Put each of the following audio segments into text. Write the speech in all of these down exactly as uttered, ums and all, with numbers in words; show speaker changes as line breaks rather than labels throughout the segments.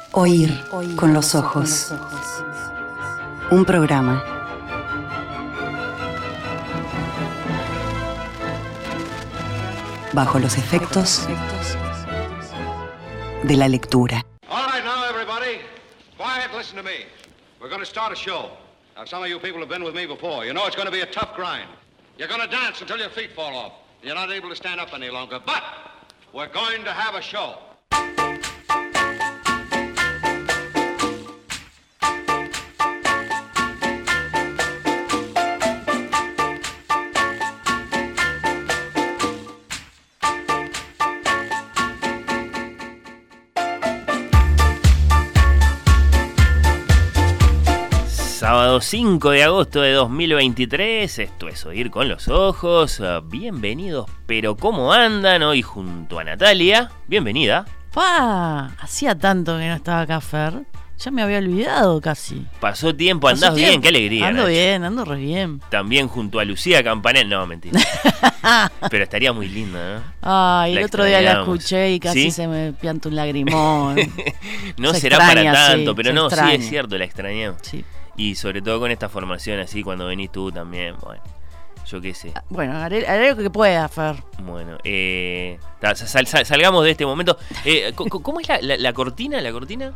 Oír con los ojos. Un programa. Bajo los efectos de la lectura.
All right, now everybody, quiet, listen to me. We're going to start a show. Now, some of you people have been with me before. You know it's going to be a tough grind. You're going to dance until your feet fall off. You're not able to stand up any longer. But we're going to have a show.
Sábado cinco de agosto de dos mil veintitrés, esto es Oír con los Ojos. Bienvenidos, pero ¿cómo andan? Hoy junto a Natalia. Bienvenida.
¡Pa! Hacía tanto que no estaba acá, Fer. Ya me había olvidado casi.
Pasó tiempo, andás
Pasó
bien,
tiempo.
qué alegría.
Ando
Nacho.
bien, ando re bien.
También junto a Lucía Campanel. No, mentira. Pero estaría muy linda, ¿no?
Ay,
La
el otro día la
extrañamos.
escuché y casi
¿Sí?
se me pianta un lagrimón.
No
Se
será
extraña,
para tanto,
sí,
pero
se
no, sí
extraña.
es cierto, la extrañamos.
Sí.
Y sobre todo con esta formación así, cuando venís tú también, bueno, yo qué sé.
Bueno, haré, haré lo que pueda, Fer.
Bueno, eh, ta, sal- sal- salgamos de este momento. Eh, co- co- ¿Cómo es la, la, la cortina? ¿La cortina?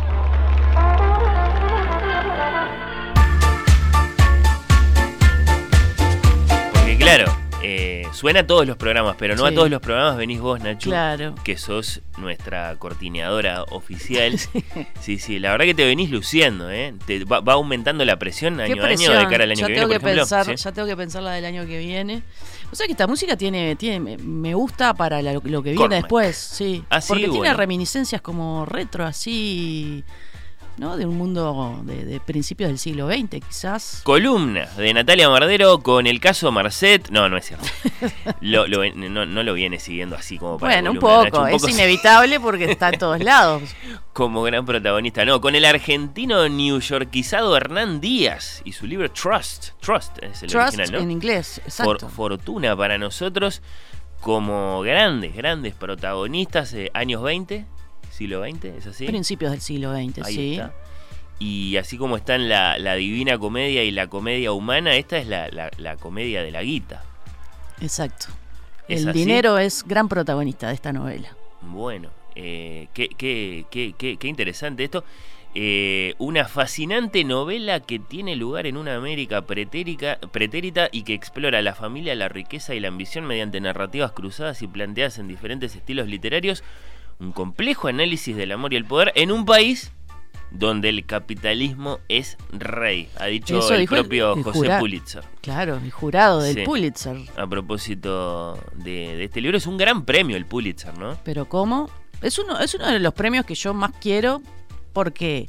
Porque claro, eh, suena a todos los programas, pero no
Sí.
a todos los programas venís vos, Nacho.
Claro.
Que sos nuestra cortineadora oficial. Sí, sí, la verdad que te venís luciendo, ¿eh? Te va, va aumentando la presión año
¿Qué
a año
presión?
de cara al año
ya
que
tengo
viene,
que
por ejemplo.
pensar,
¿Sí?
ya tengo que pensar la del año que viene. O sea que esta música tiene, tiene me- me gusta para la- lo que viene
Cormac.
después, sí.
Ah, sí,
Porque tiene
bueno.
reminiscencias como retro, así, ¿no? De un mundo de, de principios del siglo veinte, quizás.
Columna de Natalia Mardero con el caso Marcet. No, no es cierto. Lo, lo ven- no, no lo viene siguiendo así como para
Bueno, un
columna,
poco,
Nacho, un
es
poco
inevitable porque está en todos lados.
como gran protagonista. No, con el argentino newyorkizado Hernán Díaz y su libro Trust. Trust es el
Trust
original, ¿no?
en inglés,
For-
exacto.
fortuna para nosotros como grandes, grandes protagonistas de años veinte, siglo veinte, ¿es así?
Principios del siglo veinte,
Ahí
sí.
está. Y así como están la, la Divina Comedia y la comedia humana, esta es la, la, la comedia de la guita.
Exacto.
¿Es
El
así?
dinero es gran protagonista de esta novela.
Bueno, eh, qué, qué, qué, qué, qué interesante esto. Eh, una fascinante novela que tiene lugar en una América pretérica, pretérita y que explora la familia, la riqueza y la ambición mediante narrativas cruzadas y planteadas en diferentes estilos literarios. Un complejo análisis del amor y el poder en un país donde el capitalismo es rey, ha dicho
Eso
el
dijo el-
propio
el
José
jurado.
Pulitzer.
Claro, el jurado del
Sí.
Pulitzer.
A propósito de, de este libro, es un gran premio el Pulitzer, ¿no?
Pero ¿cómo? Es uno, es uno de los premios que yo más quiero porque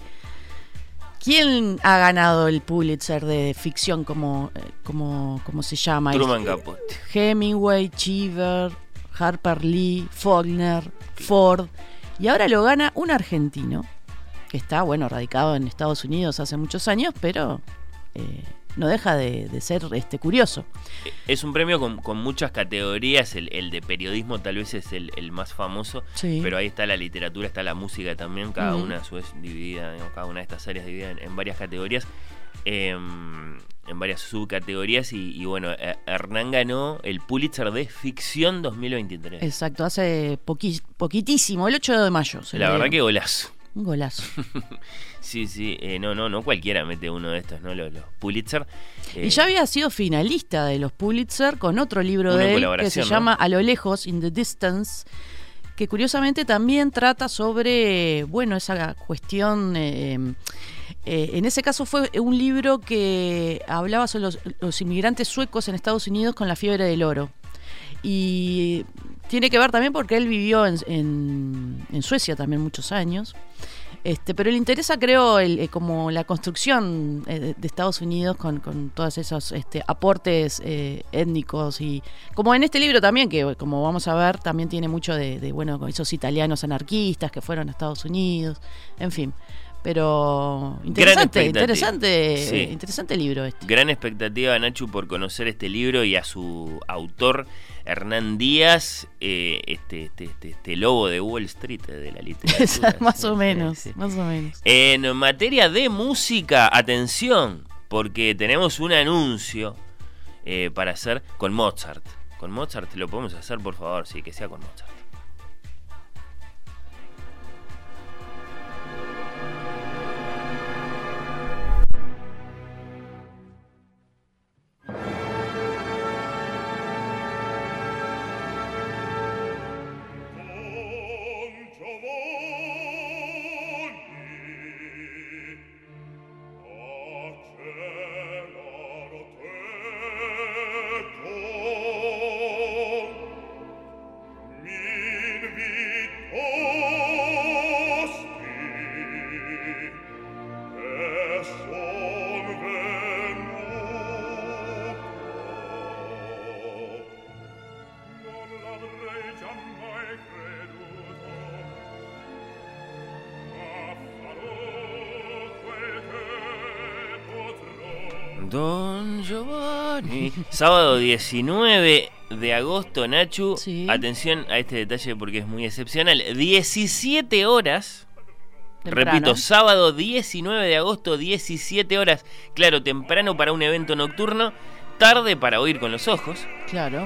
¿quién ha ganado el Pulitzer de ficción como, eh, como, como se llama?
Truman
Eh,
Capote.
Hemingway, Cheever, Harper Lee, Faulkner, Ford. Y ahora lo gana un argentino que está, bueno, radicado en Estados Unidos hace muchos años, pero eh, no deja de, de ser este curioso.
Es un premio con, con muchas categorías, el, el de periodismo tal vez es el, el más famoso,
Sí.
pero ahí está la literatura, está la música también, cada
Ujú.
una a su vez dividida, digamos, cada una de estas áreas dividida en, en varias categorías, eh, en varias subcategorías, y, y bueno, eh, Hernán ganó el Pulitzer de ficción dos mil veintitrés.
Exacto, hace poqui- poquitísimo, el ocho de mayo. se
La
lo
verdad
dieron.
que golazo.
Un golazo.
Sí, sí, eh, no, no, no cualquiera mete uno de estos, ¿no? Los, los Pulitzer. Eh,
Y ya había sido finalista de los Pulitzer con otro libro
Uno en
de él que se
colaboración, ¿no?
llama A lo lejos, In the Distance, que curiosamente también trata sobre, bueno, esa cuestión. eh, eh, en ese caso fue un libro que hablaba sobre los, los inmigrantes suecos en Estados Unidos con la fiebre del oro. Y tiene que ver también porque él vivió en, en, en Suecia también muchos años. Este, pero le interesa, creo, el, eh, como la construcción eh, de, de Estados Unidos con, con todos esos este, aportes eh, étnicos y como en este libro también, que como vamos a ver, también tiene mucho de, de bueno, con esos italianos anarquistas que fueron a Estados Unidos, en fin. Pero interesante, interesante,
sí.
interesante libro este.
Gran expectativa, Nachu, por conocer este libro y a su autor, Hernán Díaz, eh, este, este, este, este lobo de Wall Street de la literatura.
más
sí,
o menos,
sí.
más o menos.
En materia de música, atención, porque tenemos un anuncio eh, para hacer con Mozart. Con Mozart, ¿lo podemos hacer, por favor? Sí, que sea con Mozart. Don Giovanni. Sábado diecinueve de agosto, Nachu.
Sí.
Atención a este detalle porque es muy excepcional. diecisiete horas.
Temprano.
Repito, sábado diecinueve de agosto, diecisiete horas. Claro, temprano para un evento nocturno, tarde para oír con los ojos.
Claro.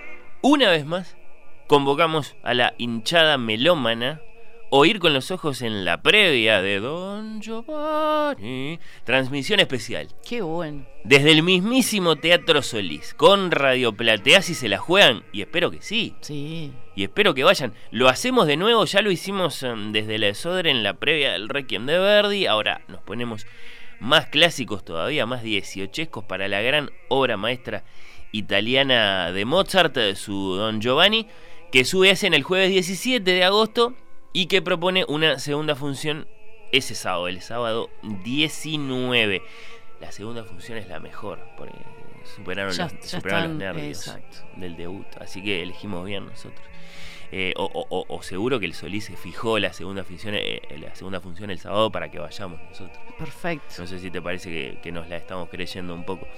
Una vez más, convocamos a la hinchada melómana. Oír con los ojos en la previa de Don Giovanni. Transmisión especial.
Qué bueno.
Desde el mismísimo Teatro Solís. Con Radio Platea si se la juegan. Y espero que sí.
Sí.
Y espero que vayan. Lo hacemos de nuevo. Ya lo hicimos um, desde la Sodre en la previa del Requiem de Verdi. Ahora nos ponemos más clásicos todavía. Más dieciochescos para la gran obra maestra italiana de Mozart. Su Don Giovanni. Que sube en el jueves diecisiete de agosto. Y que propone una segunda función ese sábado, el sábado diecinueve. La segunda función es la mejor, porque superaron,
ya,
los,
ya
superaron
están,
los nervios
exacto.
del debut. Así que elegimos bien nosotros. Eh, o, o, o seguro que el Solís se fijó la segunda función, eh, la segunda función el sábado para que vayamos nosotros.
Perfecto.
No sé si te parece que, que nos la estamos creyendo un poco.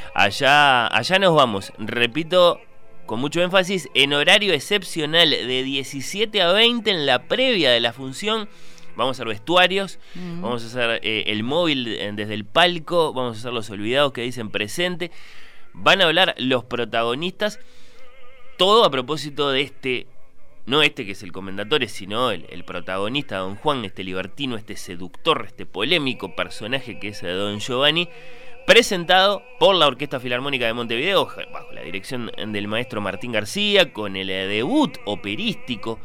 Allá, allá nos vamos. Repito, con mucho énfasis, en horario excepcional de diecisiete a veinte en la previa de la función. Vamos a hacer vestuarios, mm. vamos a hacer eh, el móvil desde el palco, vamos a hacer los olvidados que dicen presente. Van a hablar los protagonistas, todo a propósito de este, no este que es el comendatore, sino el, el protagonista, Don Juan, este libertino, este seductor, este polémico personaje que es Don Giovanni, presentado por la Orquesta Filarmónica de Montevideo, bajo la dirección del maestro Martín García, con el debut operístico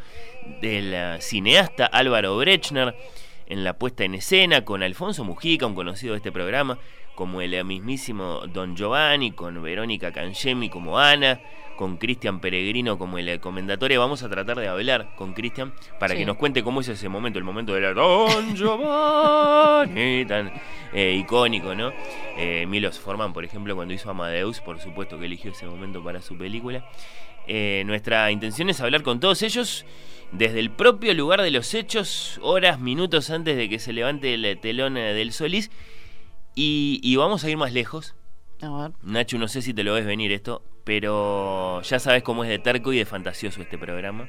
del cineasta Álvaro Brechner en la puesta en escena, con Alfonso Mujica, un conocido de este programa, como el mismísimo Don Giovanni, con Verónica Cangemi como Ana, con Cristian Peregrino como el comendatore. Vamos a tratar de hablar con Cristian para sí. que nos cuente cómo es ese momento, el momento de la Don Giovanni, tan eh, icónico, ¿no? Eh, Milos Forman, por ejemplo, cuando hizo Amadeus, por supuesto que eligió ese momento para su película. Eh, nuestra intención es hablar con todos ellos desde el propio lugar de los hechos, horas, minutos antes de que se levante el telón del Solís. Y, y vamos a ir más lejos.
A ver.
Nacho, no sé si te lo ves venir esto, pero ya sabes cómo es de terco y de fantasioso este programa.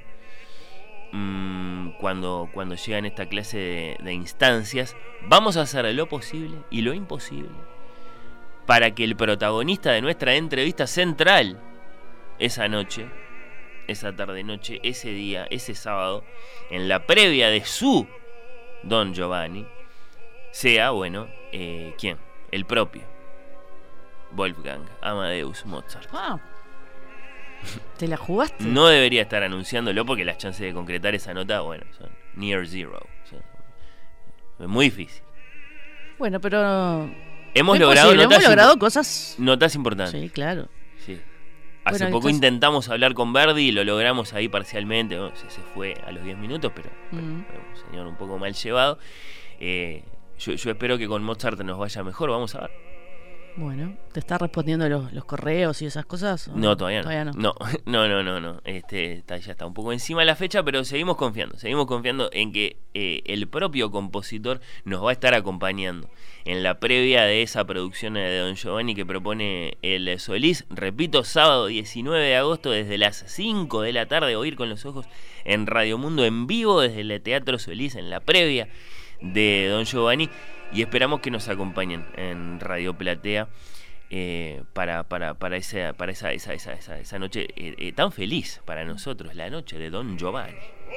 Mm, cuando, cuando llegan esta clase de, de instancias, vamos a hacer lo posible y lo imposible para que el protagonista de nuestra entrevista central esa noche, esa tarde-noche, ese día, ese sábado, en la previa de su Don Giovanni, sea, bueno, eh, ¿quién? El propio Wolfgang Amadeus Mozart.
Ah, ¿te la jugaste?
No debería estar anunciándolo porque las chances de concretar esa nota, bueno, son near zero. O sea, es muy difícil.
Bueno, pero
hemos logrado, notas,
hemos logrado cosas.
Notas importantes.
Sí, claro.
Sí. Hace
Bueno,
poco
entonces...
intentamos hablar con Verdi y lo logramos ahí parcialmente. Bueno, se, se fue a los diez minutos, pero
mm.
bueno, un señor un poco mal llevado. Eh, yo, yo espero que con Mozart nos vaya mejor. Vamos a ver.
Bueno, ¿te está respondiendo los, los correos y esas cosas?
No, todavía no.
Todavía no.
No, no, no, no, no. Este, está, ya está un poco encima de la fecha, pero seguimos confiando. Seguimos confiando en que eh, el propio compositor nos va a estar acompañando en la previa de esa producción de Don Giovanni que propone el Solís. Repito, sábado diecinueve de agosto desde las cinco de la tarde, Oír con los Ojos en Radio Mundo en vivo desde el Teatro Solís en la previa de Don Giovanni. Y esperamos que nos acompañen en Radio Platea eh, para, para, para, esa, para esa, esa, esa, esa, esa noche eh, eh, tan feliz para nosotros, la noche de Don Giovanni.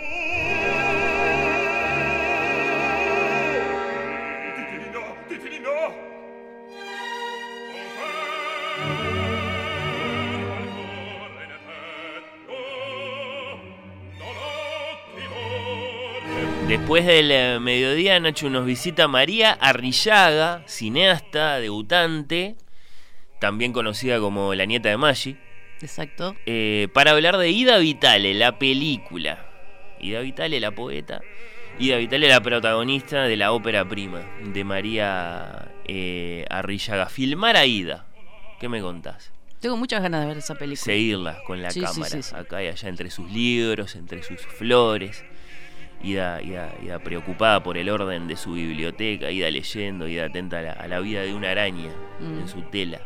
Después del eh, mediodía, Nacho, nos visita María Arrillaga, cineasta, debutante, también conocida como la nieta de Maggi.
Exacto.
Eh, para hablar de Ida Vitale, la película. Ida Vitale, la poeta. Ida Vitale, la protagonista de la ópera prima de María eh, Arrillaga. Filmar a Ida. ¿Qué me contás?
Tengo muchas ganas de ver esa película.
Seguirla con la
sí,
cámara,
sí, sí, sí.
acá y allá, entre sus libros, entre sus flores. Ida, Ida, Ida preocupada por el orden de su biblioteca, Ida leyendo, Ida atenta a la, a la vida de una araña mm. en su tela.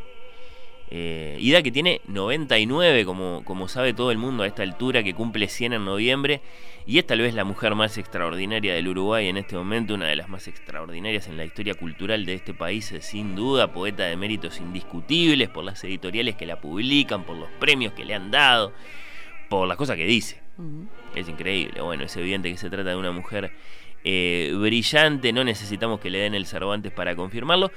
Eh, Ida que tiene noventa y nueve, como, como sabe todo el mundo a esta altura, que cumple cien en noviembre, y es tal vez la mujer más extraordinaria del Uruguay en este momento, una de las más extraordinarias en la historia cultural de este país, sin duda, poeta de méritos indiscutibles por las editoriales que la publican, por los premios que le han dado, por las cosas que dice. Mm. Es increíble. Bueno, es evidente que se trata de una mujer eh, brillante, no necesitamos que le den el Cervantes para confirmarlo.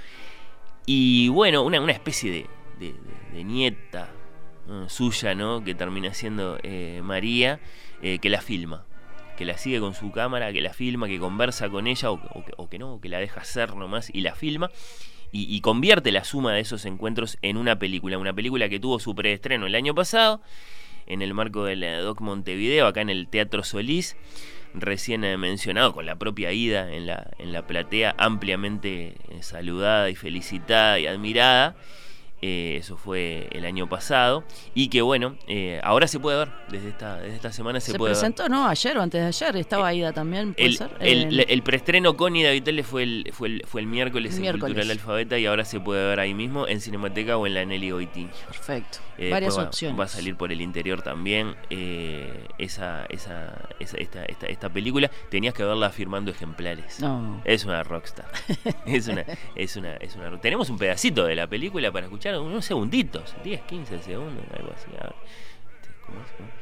Y bueno, una, una especie de, de, de, de nieta ¿no? suya, ¿no? Que termina siendo eh, María, eh, que la filma, que la sigue con su cámara, que la filma, que conversa con ella, o, o, o que no, que la deja hacer nomás y la filma. Y, y convierte la suma de esos encuentros en una película. Una película que tuvo su preestreno el año pasado, en el marco del Doc Montevideo, acá en el Teatro Solís, recién mencionado, con la propia Ida en la, en la platea, ampliamente saludada y felicitada y admirada. Eh, eso fue el año pasado. Y que bueno, eh, ahora se puede ver, desde esta, desde esta semana se,
se
puede ver.
Se presentó, ¿no? Ayer o antes de ayer, estaba Ida también, ¿puede
el,
ser?
El,
el,
el preestreno con Ida Vitale fue el, fue el, fue el miércoles, el en miércoles. Cultural Alfabeta, y ahora se puede ver ahí mismo, en Cinemateca o en la Nelly Goitín.
Perfecto,
eh,
varias
va,
opciones.
Va a salir por el interior también eh, esa, esa, esa esta, esta, esta película. Tenías que verla firmando ejemplares.
No.
Es una rockstar. es una, es una, es una. Tenemos un pedacito de la película para escuchar, unos segunditos. diez, quince segundos, algo así. A ver. ¿Cómo es? ¿Cómo?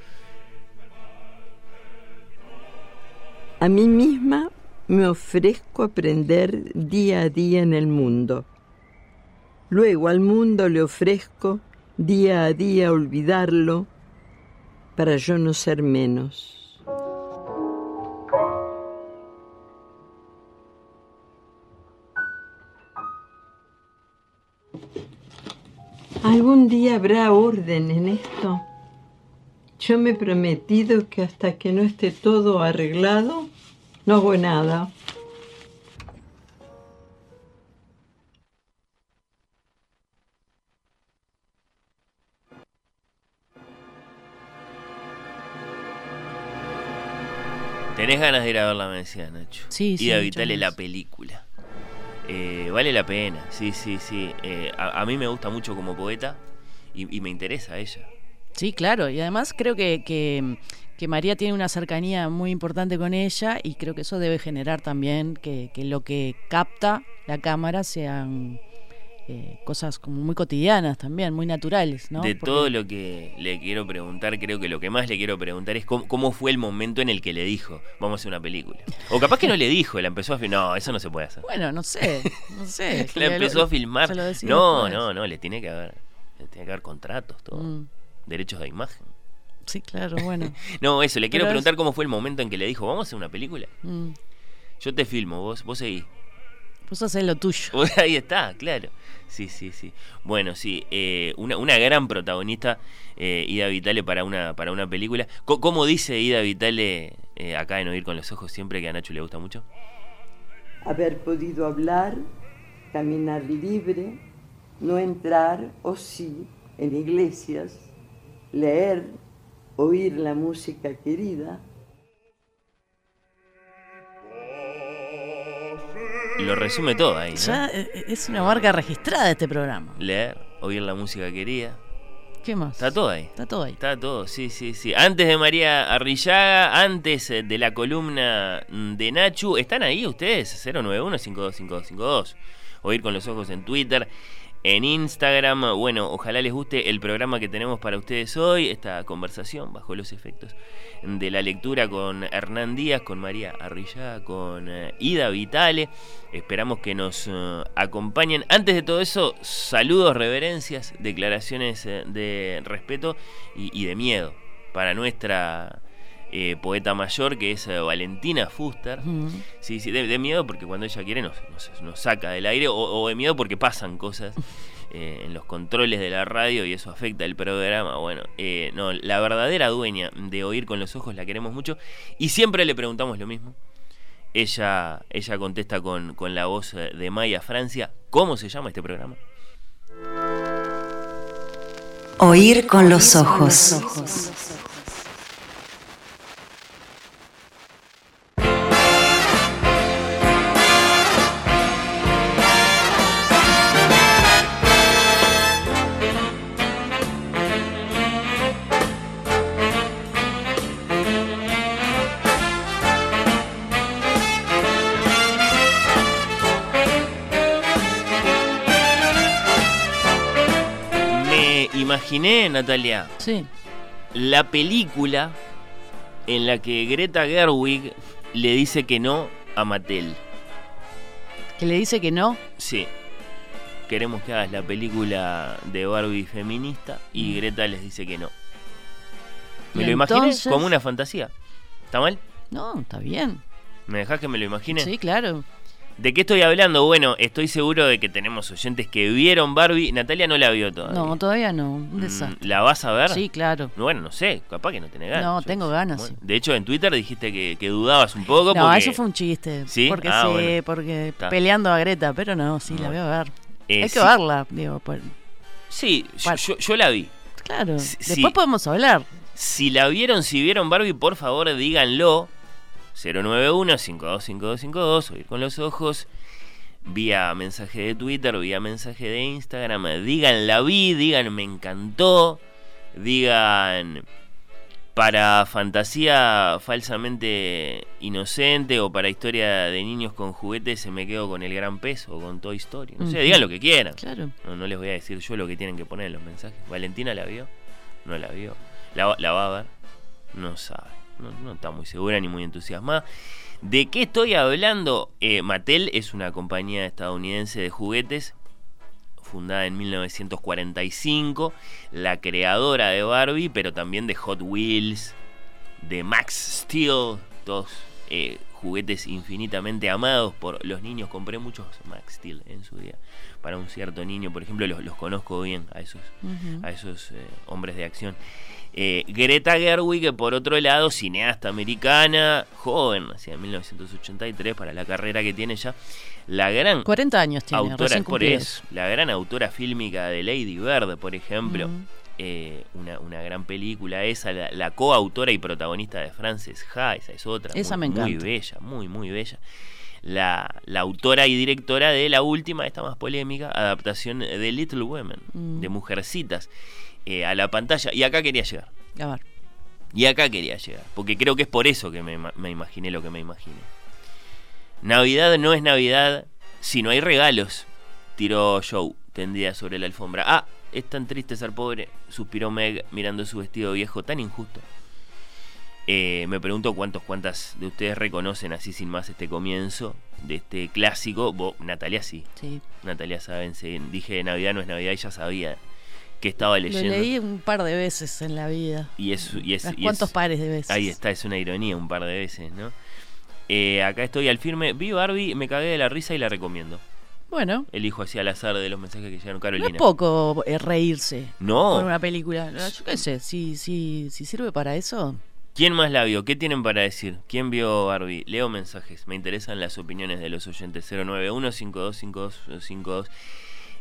A mí misma me ofrezco aprender día a día en el mundo. Luego al mundo le ofrezco día a día olvidarlo para yo no ser menos. ¿Algún día habrá orden en esto? Yo me he prometido que hasta que no esté todo arreglado, no hago nada.
Tenés ganas de ir a verla, me decía Nacho.
Sí, sí.
Ida Vitale, la película. Eh, vale la pena, sí, sí, sí. Eh, a, a mí me gusta mucho como poeta y, y me interesa ella.
Sí, claro, y además creo que, que, que María tiene una cercanía muy importante con ella y creo que eso debe generar también que, que lo que capta la cámara sean eh, cosas como muy cotidianas también, muy naturales, ¿no?
De
Porque...
todo lo que le quiero preguntar, creo que lo que más le quiero preguntar es cómo, cómo fue el momento en el que le dijo, vamos a hacer una película. O capaz que no le dijo, la empezó a filmar. No, eso no se puede hacer.
Bueno, no sé, no sé.
La empezó
lo,
a filmar.
Se lo decía
no,
después.
no, no, le tiene que haber, le tiene que haber contratos, todo. Mm. Derechos de imagen.
Sí, claro, bueno.
No, eso, le quiero
Pero
preguntar
es...
cómo fue el momento en que le dijo, vamos a hacer una película.
Mm.
Yo te filmo, vos, vos seguís.
Vos hacés lo tuyo.
Ahí está, claro. Sí, sí, sí. Bueno, sí, eh, una, una gran protagonista, eh, Ida Vitale, para una, para una película. C- ¿Cómo dice Ida Vitale eh, acá en Oír con los Ojos siempre, que a Nacho le gusta mucho?
Haber podido hablar, caminar libre, no entrar, o sí, en iglesias, leer, oír la música querida.
Lo resume todo ahí, ¿no?
Ya es una marca registrada este programa.
Leer, oír la música querida.
¿Qué más?
Está todo ahí.
Está todo ahí.
Está todo, sí, sí, sí. Antes de María Arrillaga, antes de la columna de Nachu, ¿están ahí ustedes? cero nueve uno, cinco dos cinco dos cinco dos. Oír con los ojos en Twitter, en Instagram. Bueno, ojalá les guste el programa que tenemos para ustedes hoy, esta conversación bajo los efectos de la lectura con Hernán Díaz, con María Arrillaga, con uh, Ida Vitale. Esperamos que nos uh, acompañen. Antes de todo eso, saludos, reverencias, declaraciones uh, de respeto y, y de miedo para nuestra eh, poeta mayor, que es uh, Valentina Fuster. Uh-huh. Sí, sí, de, de miedo porque cuando ella quiere nos, nos, nos saca del aire, o, o de miedo porque pasan cosas Eh, en los controles de la radio y eso afecta el programa. Bueno, eh, no, la verdadera dueña de Oír con los Ojos la queremos mucho y siempre le preguntamos lo mismo. Ella, ella contesta con, con la voz de Maya Francia. ¿Cómo se llama este programa?
Oír con los ojos.
Imaginé, Natalia,
sí,
la película en la que Greta Gerwig le dice que no a Mattel.
¿Que le dice que no?
Sí. Queremos que hagas la película de Barbie feminista y Greta les dice que no. Me lo imaginé
entonces...
como una fantasía. ¿Está mal?
No, está bien.
¿Me dejás que me lo imagine?
Sí, claro.
¿De qué estoy hablando? Bueno, estoy seguro de que tenemos oyentes que vieron Barbie. Natalia no la vio todavía.
No, todavía no. Un desastre.
¿La vas a ver?
Sí, claro.
Bueno, no sé, capaz que no tenés ganas.
No, tengo ganas.
Bueno,
sí.
De hecho, en Twitter dijiste que, que dudabas un poco.
No,
porque...
eso fue un chiste.
¿Sí?
Porque
Ah,
sí,
bueno.
porque
Está.
peleando a Greta, pero no, sí,
Bueno.
la voy a ver.
Eh,
Hay
sí.
que verla, digo. Por...
Sí, yo,
Bueno.
yo, yo la vi.
Claro.
Sí,
Después
sí.
podemos hablar.
Si la vieron, si vieron Barbie, por favor díganlo. cero nueve uno, cinco dos cinco dos cinco dos, Oír con los Ojos. Vía mensaje de Twitter, vía mensaje de Instagram. Digan la vi, digan me encantó. Digan para fantasía falsamente inocente o para historia de niños con juguetes se me quedo con El Gran Pez o con Toy Story. No sé,
Ujú.
digan lo que quieran.
Claro.
No, no les voy a decir yo lo que tienen que poner en los mensajes. ¿Valentina la vio? No la vio. ¿La, la va a ver? No sabe. No, no está muy segura ni muy entusiasmada. ¿De qué estoy hablando? Eh, Mattel es una compañía estadounidense de juguetes fundada en mil novecientos cuarenta y cinco, la creadora de Barbie, pero también de Hot Wheels, de Max Steel, todos eh, juguetes infinitamente amados por los niños. Compré muchos Max Steel en su día para un cierto niño, por ejemplo, los, los conozco bien a esos,
Uh-huh.
a esos eh, hombres de acción. Eh, Greta Gerwig, por otro lado, cineasta americana, joven, nacida en mil novecientos ochenta y tres, para la carrera que tiene ya, la gran
cuarenta años tiene,
autora,
recién
por
cumplidos.
eso, la gran autora fílmica de Lady Bird, por ejemplo,
Ujú.
eh, una, una gran película esa, la, la coautora y protagonista de Frances Ha, esa es otra,
Esa
muy,
me
muy
encanta.
bella, muy, muy bella. La, la autora y directora de la última, esta más polémica, adaptación de Little Women,
Mm.
de Mujercitas, eh, a la pantalla. Y acá quería llegar.
A ver.
Y acá quería llegar, porque creo que es por eso que me, me imaginé lo que me imaginé. Navidad no es Navidad si no hay regalos, tiró Joe, tendida sobre la alfombra. Ah, es tan triste ser pobre, suspiró Meg mirando su vestido viejo, tan injusto. Eh, me pregunto cuántos, cuántas de ustedes reconocen así sin más este comienzo de este clásico. Vos, Natalia sí,
Sí.
Natalia saben, se, dije Navidad no es Navidad y ya sabía que estaba
Lo
leyendo.
leí un par de veces en la vida.
Y es, y es,
Unas
y
cuantos
es-
pares de veces.
Ahí está, es una ironía un par de veces, ¿no? Eh, acá estoy al firme. Vi Barbie, me cagué de la risa y la recomiendo.
Bueno,
Elijo así al azar de los mensajes que llegaron.
no
Carolina.
es poco eh, reírse
No.
con una película. Yo qué sé, si, si, si sirve para eso.
¿Quién más la vio? ¿Qué tienen para decir? ¿Quién vio Barbie? Leo mensajes. Me interesan las opiniones de los oyentes. cero nueve uno, cinco dos cinco dos cinco dos.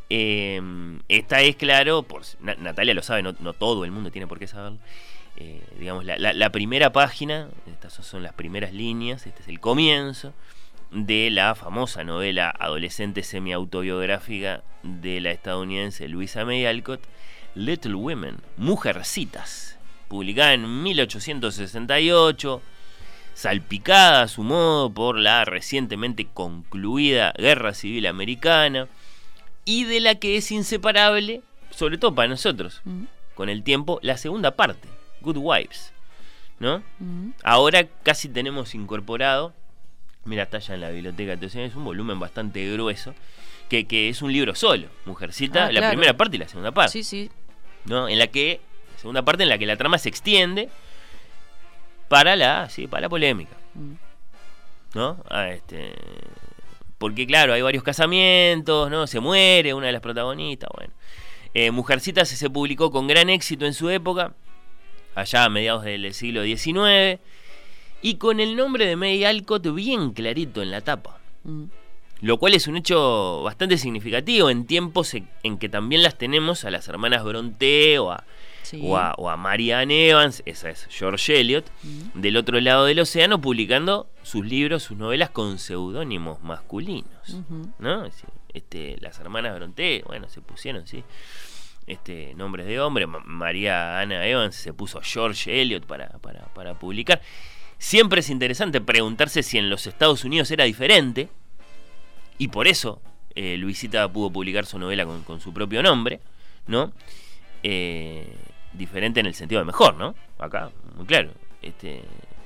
Eh, esta es, claro, por, Natalia lo sabe, no, no todo el mundo tiene por qué saberlo. Eh, digamos, la, la, la primera página, estas son las primeras líneas, este es el comienzo de la famosa novela adolescente semi-autobiográfica de la estadounidense Louisa May Alcott, Little Women, Mujercitas, publicada en mil ochocientos sesenta y ocho, salpicada a su modo por la recientemente concluida Guerra Civil Americana, y de la que es inseparable, sobre todo para nosotros, mm. con el tiempo, la segunda parte, Good Wives, ¿no? Mm. Ahora casi tenemos incorporado, mira, está ya en la biblioteca, entonces es un volumen bastante grueso, que, que es un libro solo, Mujercita, ah, la claro. primera parte y la segunda parte.
Sí, sí.
¿No? En la que, la segunda parte en la que la trama se extiende para la, sí, para la polémica, mm. ¿no? Ah, este... Porque claro, hay varios casamientos, ¿no? Se muere una de las protagonistas, bueno. Eh, Mujercitas se publicó con gran éxito en su época, allá a mediados del siglo diecinueve, y con el nombre de May Alcott bien clarito en la tapa. Mm. Lo cual es un hecho bastante significativo en tiempos en que también las tenemos a las hermanas Brontë o a, sí. o a, o a Marianne Evans, esa es George Eliot, mm. del otro lado del océano, publicando sus libros, sus novelas con seudónimos masculinos, uh-huh. ¿no? Este, las hermanas Brontë, bueno, se pusieron, sí, este, nombres de hombre. María Ana Evans se puso George Eliot para, para, para publicar. Siempre es interesante preguntarse si en los Estados Unidos era diferente, y por eso eh, Luisita pudo publicar su novela con, con su propio nombre, ¿no? Eh, diferente en el sentido de mejor, ¿no? Acá, muy claro. Este,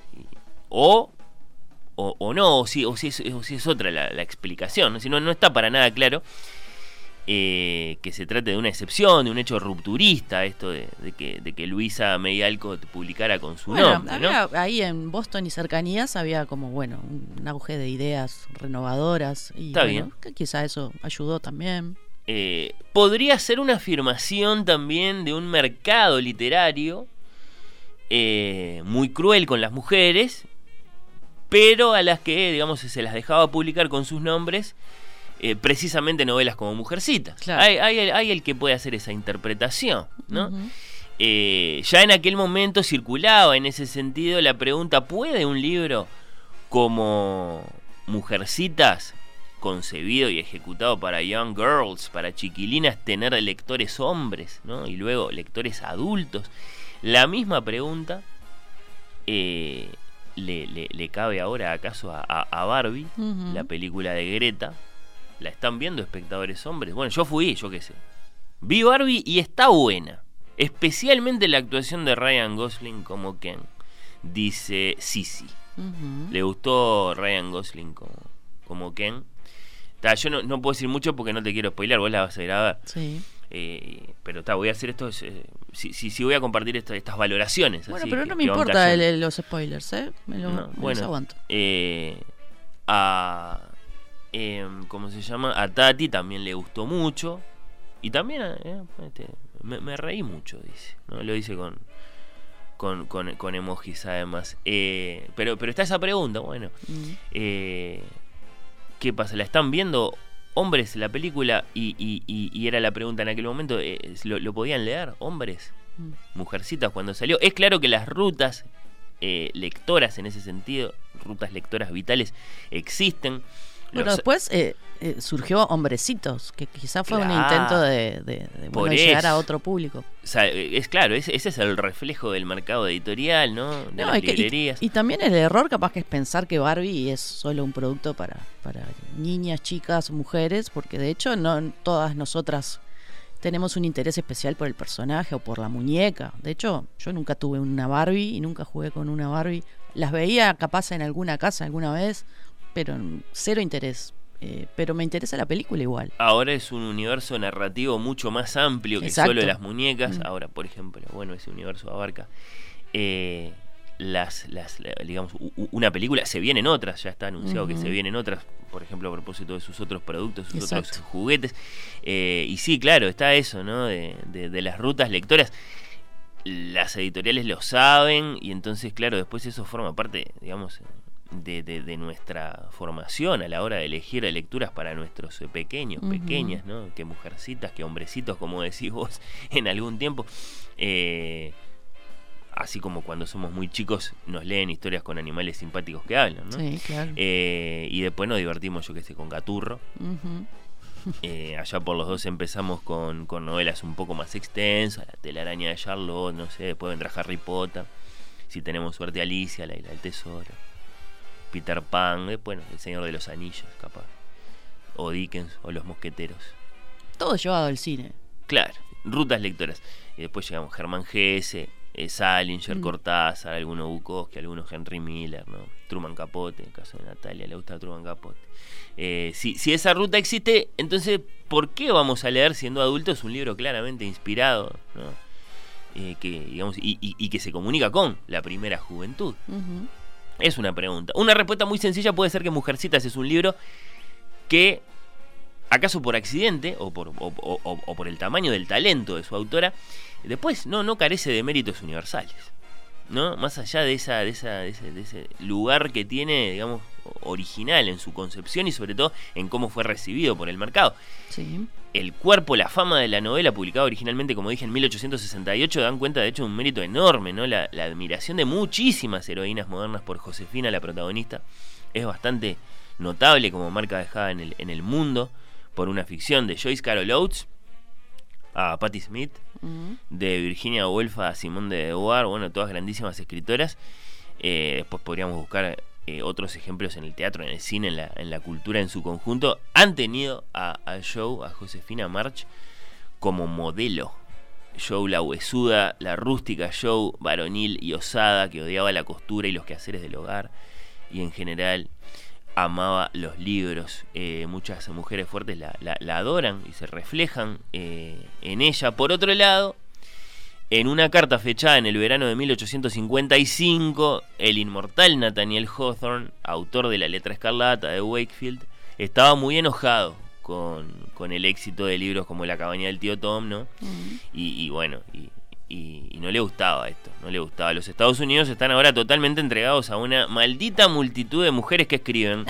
o, o, o no, o si, o si, es, o si es otra la, la explicación, ¿no? Si no, no está para nada claro eh, que se trate de una excepción, de un hecho rupturista, esto de, de, que, de que Louisa May Alcott publicara con su
bueno,
nombre,
había,
¿no?
Ahí en Boston y cercanías había como, bueno, un auge de ideas renovadoras. Y,
está
bueno,
bien.
Que quizá eso ayudó también.
Eh, podría ser una afirmación también de un mercado literario eh, muy cruel con las mujeres, pero a las que, digamos, se las dejaba publicar con sus nombres eh, precisamente novelas como Mujercitas. Claro. Hay, hay, hay el que puede hacer esa interpretación, ¿no? Uh-huh. Eh, ya en aquel momento circulaba en ese sentido la pregunta: ¿puede un libro como Mujercitas, concebido y ejecutado para young girls, para chiquilinas, tener lectores hombres, ¿no? Y luego lectores adultos? La misma pregunta eh, le, le, le cabe ahora acaso a, a, a Barbie, uh-huh. la película de Greta. ¿La están viendo espectadores hombres? Bueno, yo fui, yo qué sé. Vi Barbie y está buena. Especialmente la actuación de Ryan Gosling como Ken. Dice Sisi. Uh-huh. Le gustó Ryan Gosling como, como Ken. Ta, yo no, no puedo decir mucho porque no te quiero spoiler, vos la vas a ir a ver.
Sí.
Eh, pero está, voy a hacer esto. Eh, sí, sí, sí, voy a compartir esto, estas valoraciones.
Bueno,
así,
pero
que,
no me importa el, los spoilers, ¿eh? Me, lo, no, me
bueno,
los aguanto.
Eh, a. Eh, ¿Cómo se llama? A Tati también le gustó mucho. Y también eh, este, me, me reí mucho, dice, ¿no? Lo dice con con, con, con emojis además. Eh, pero, pero está esa pregunta, bueno. Mm. Eh, ¿Qué pasa? ¿La están viendo hombres la película? Y, y, y, y era la pregunta en aquel momento, eh, ¿lo, ¿lo podían leer hombres? Mm. Mujercitas cuando salió. Es claro que las rutas eh, lectoras en ese sentido, rutas lectoras vitales, existen.
Bueno,
Los...
después eh, eh, surgió Hombrecitos, que quizá fue claro, un intento de, de, de bueno, llegar a otro público.
O sea, es claro, ese, ese es el reflejo del mercado editorial, ¿no? De no, las
y
librerías.
Que, y, y también el error capaz que es pensar que Barbie es solo un producto para, para niñas, chicas, mujeres, porque de hecho no todas nosotras tenemos un interés especial por el personaje o por la muñeca. De hecho, yo nunca tuve una Barbie y nunca jugué con una Barbie. Las veía capaz en alguna casa alguna vez, pero cero interés. Eh, pero me interesa la película igual. Ahora es un universo narrativo mucho más amplio que Exacto. solo las muñecas. Mm. Ahora, por ejemplo, bueno, ese universo abarca eh, las, las, digamos, una película. Se vienen otras, ya está anunciado uh-huh. que se vienen otras, por ejemplo, a propósito de sus otros productos, sus Exacto. otros juguetes. Eh, y sí, claro, está eso, ¿no? De, de, de las rutas lectoras. Las editoriales lo saben y entonces, claro, después eso forma parte, digamos,
de, de, de nuestra formación a la hora de elegir lecturas para nuestros pequeños, uh-huh. pequeñas, ¿no? Que mujercitas, que hombrecitos, como decís vos en algún tiempo. Eh, así como cuando somos muy chicos nos leen historias con animales simpáticos que hablan, ¿no?
Sí, claro.
Eh, y después nos divertimos, yo qué sé, con Gaturro. Uh-huh. Eh, allá por los dos empezamos con, con novelas un poco más extensas, La telaraña de Charlotte, no sé, después vendrá Harry Potter, si tenemos suerte Alicia, La isla del tesoro, Peter Pan, eh, bueno, El Señor de los Anillos, capaz, o Dickens, o Los Mosqueteros.
Todo llevado al cine.
Claro, rutas lectoras. Y después llegamos Germán Gese, eh, Salinger, mm. Cortázar, algunos Bukowski, algunos Henry Miller, ¿no? Truman Capote, en el caso de Natalia, le gusta Truman Capote. Eh, si, si esa ruta existe, entonces, ¿por qué vamos a leer siendo adultos un libro claramente inspirado, ¿no? Eh, que, digamos, y, y, y que se comunica con la primera juventud? Uh-huh. Es una pregunta. Una respuesta muy sencilla puede ser que Mujercitas es un libro que, acaso por accidente o por, o, o, o por el tamaño del talento de su autora, después no, no carece de méritos universales, ¿no? Más allá de esa, de esa, de ese, de ese lugar que tiene, digamos, original en su concepción y sobre todo en cómo fue recibido por el mercado.
Sí.
El cuerpo, la fama de la novela, publicada originalmente, como dije, en mil ochocientos sesenta y ocho, dan cuenta de hecho de un mérito enorme, ¿no? La, la admiración de muchísimas heroínas modernas por Josefina, la protagonista, es bastante notable como marca dejada en el, en el mundo por una ficción de Joyce Carol Oates a Patti Smith, uh-huh. de Virginia Woolf a Simone de Beauvoir, bueno, todas grandísimas escritoras. Eh, después podríamos buscar eh, otros ejemplos en el teatro, en el cine, en la, en la cultura en su conjunto. Han tenido a, a Joe, a Josefina March, como modelo. Joe la huesuda, la rústica Joe, varonil y osada, que odiaba la costura y los quehaceres del hogar, y en general amaba los libros. Eh, muchas mujeres fuertes la, la, la adoran y se reflejan eh, en ella. Por otro lado, en una carta fechada en el verano de mil ochocientos cincuenta y cinco, el inmortal Nathaniel Hawthorne, autor de La letra escarlata de Wakefield, estaba muy enojado con, con el éxito de libros como La cabaña del tío Tom, ¿no? Uh-huh. y, y bueno, y, y, y no le gustaba esto, no le gustaba. Los Estados Unidos están ahora totalmente entregados a una maldita multitud de mujeres que escriben.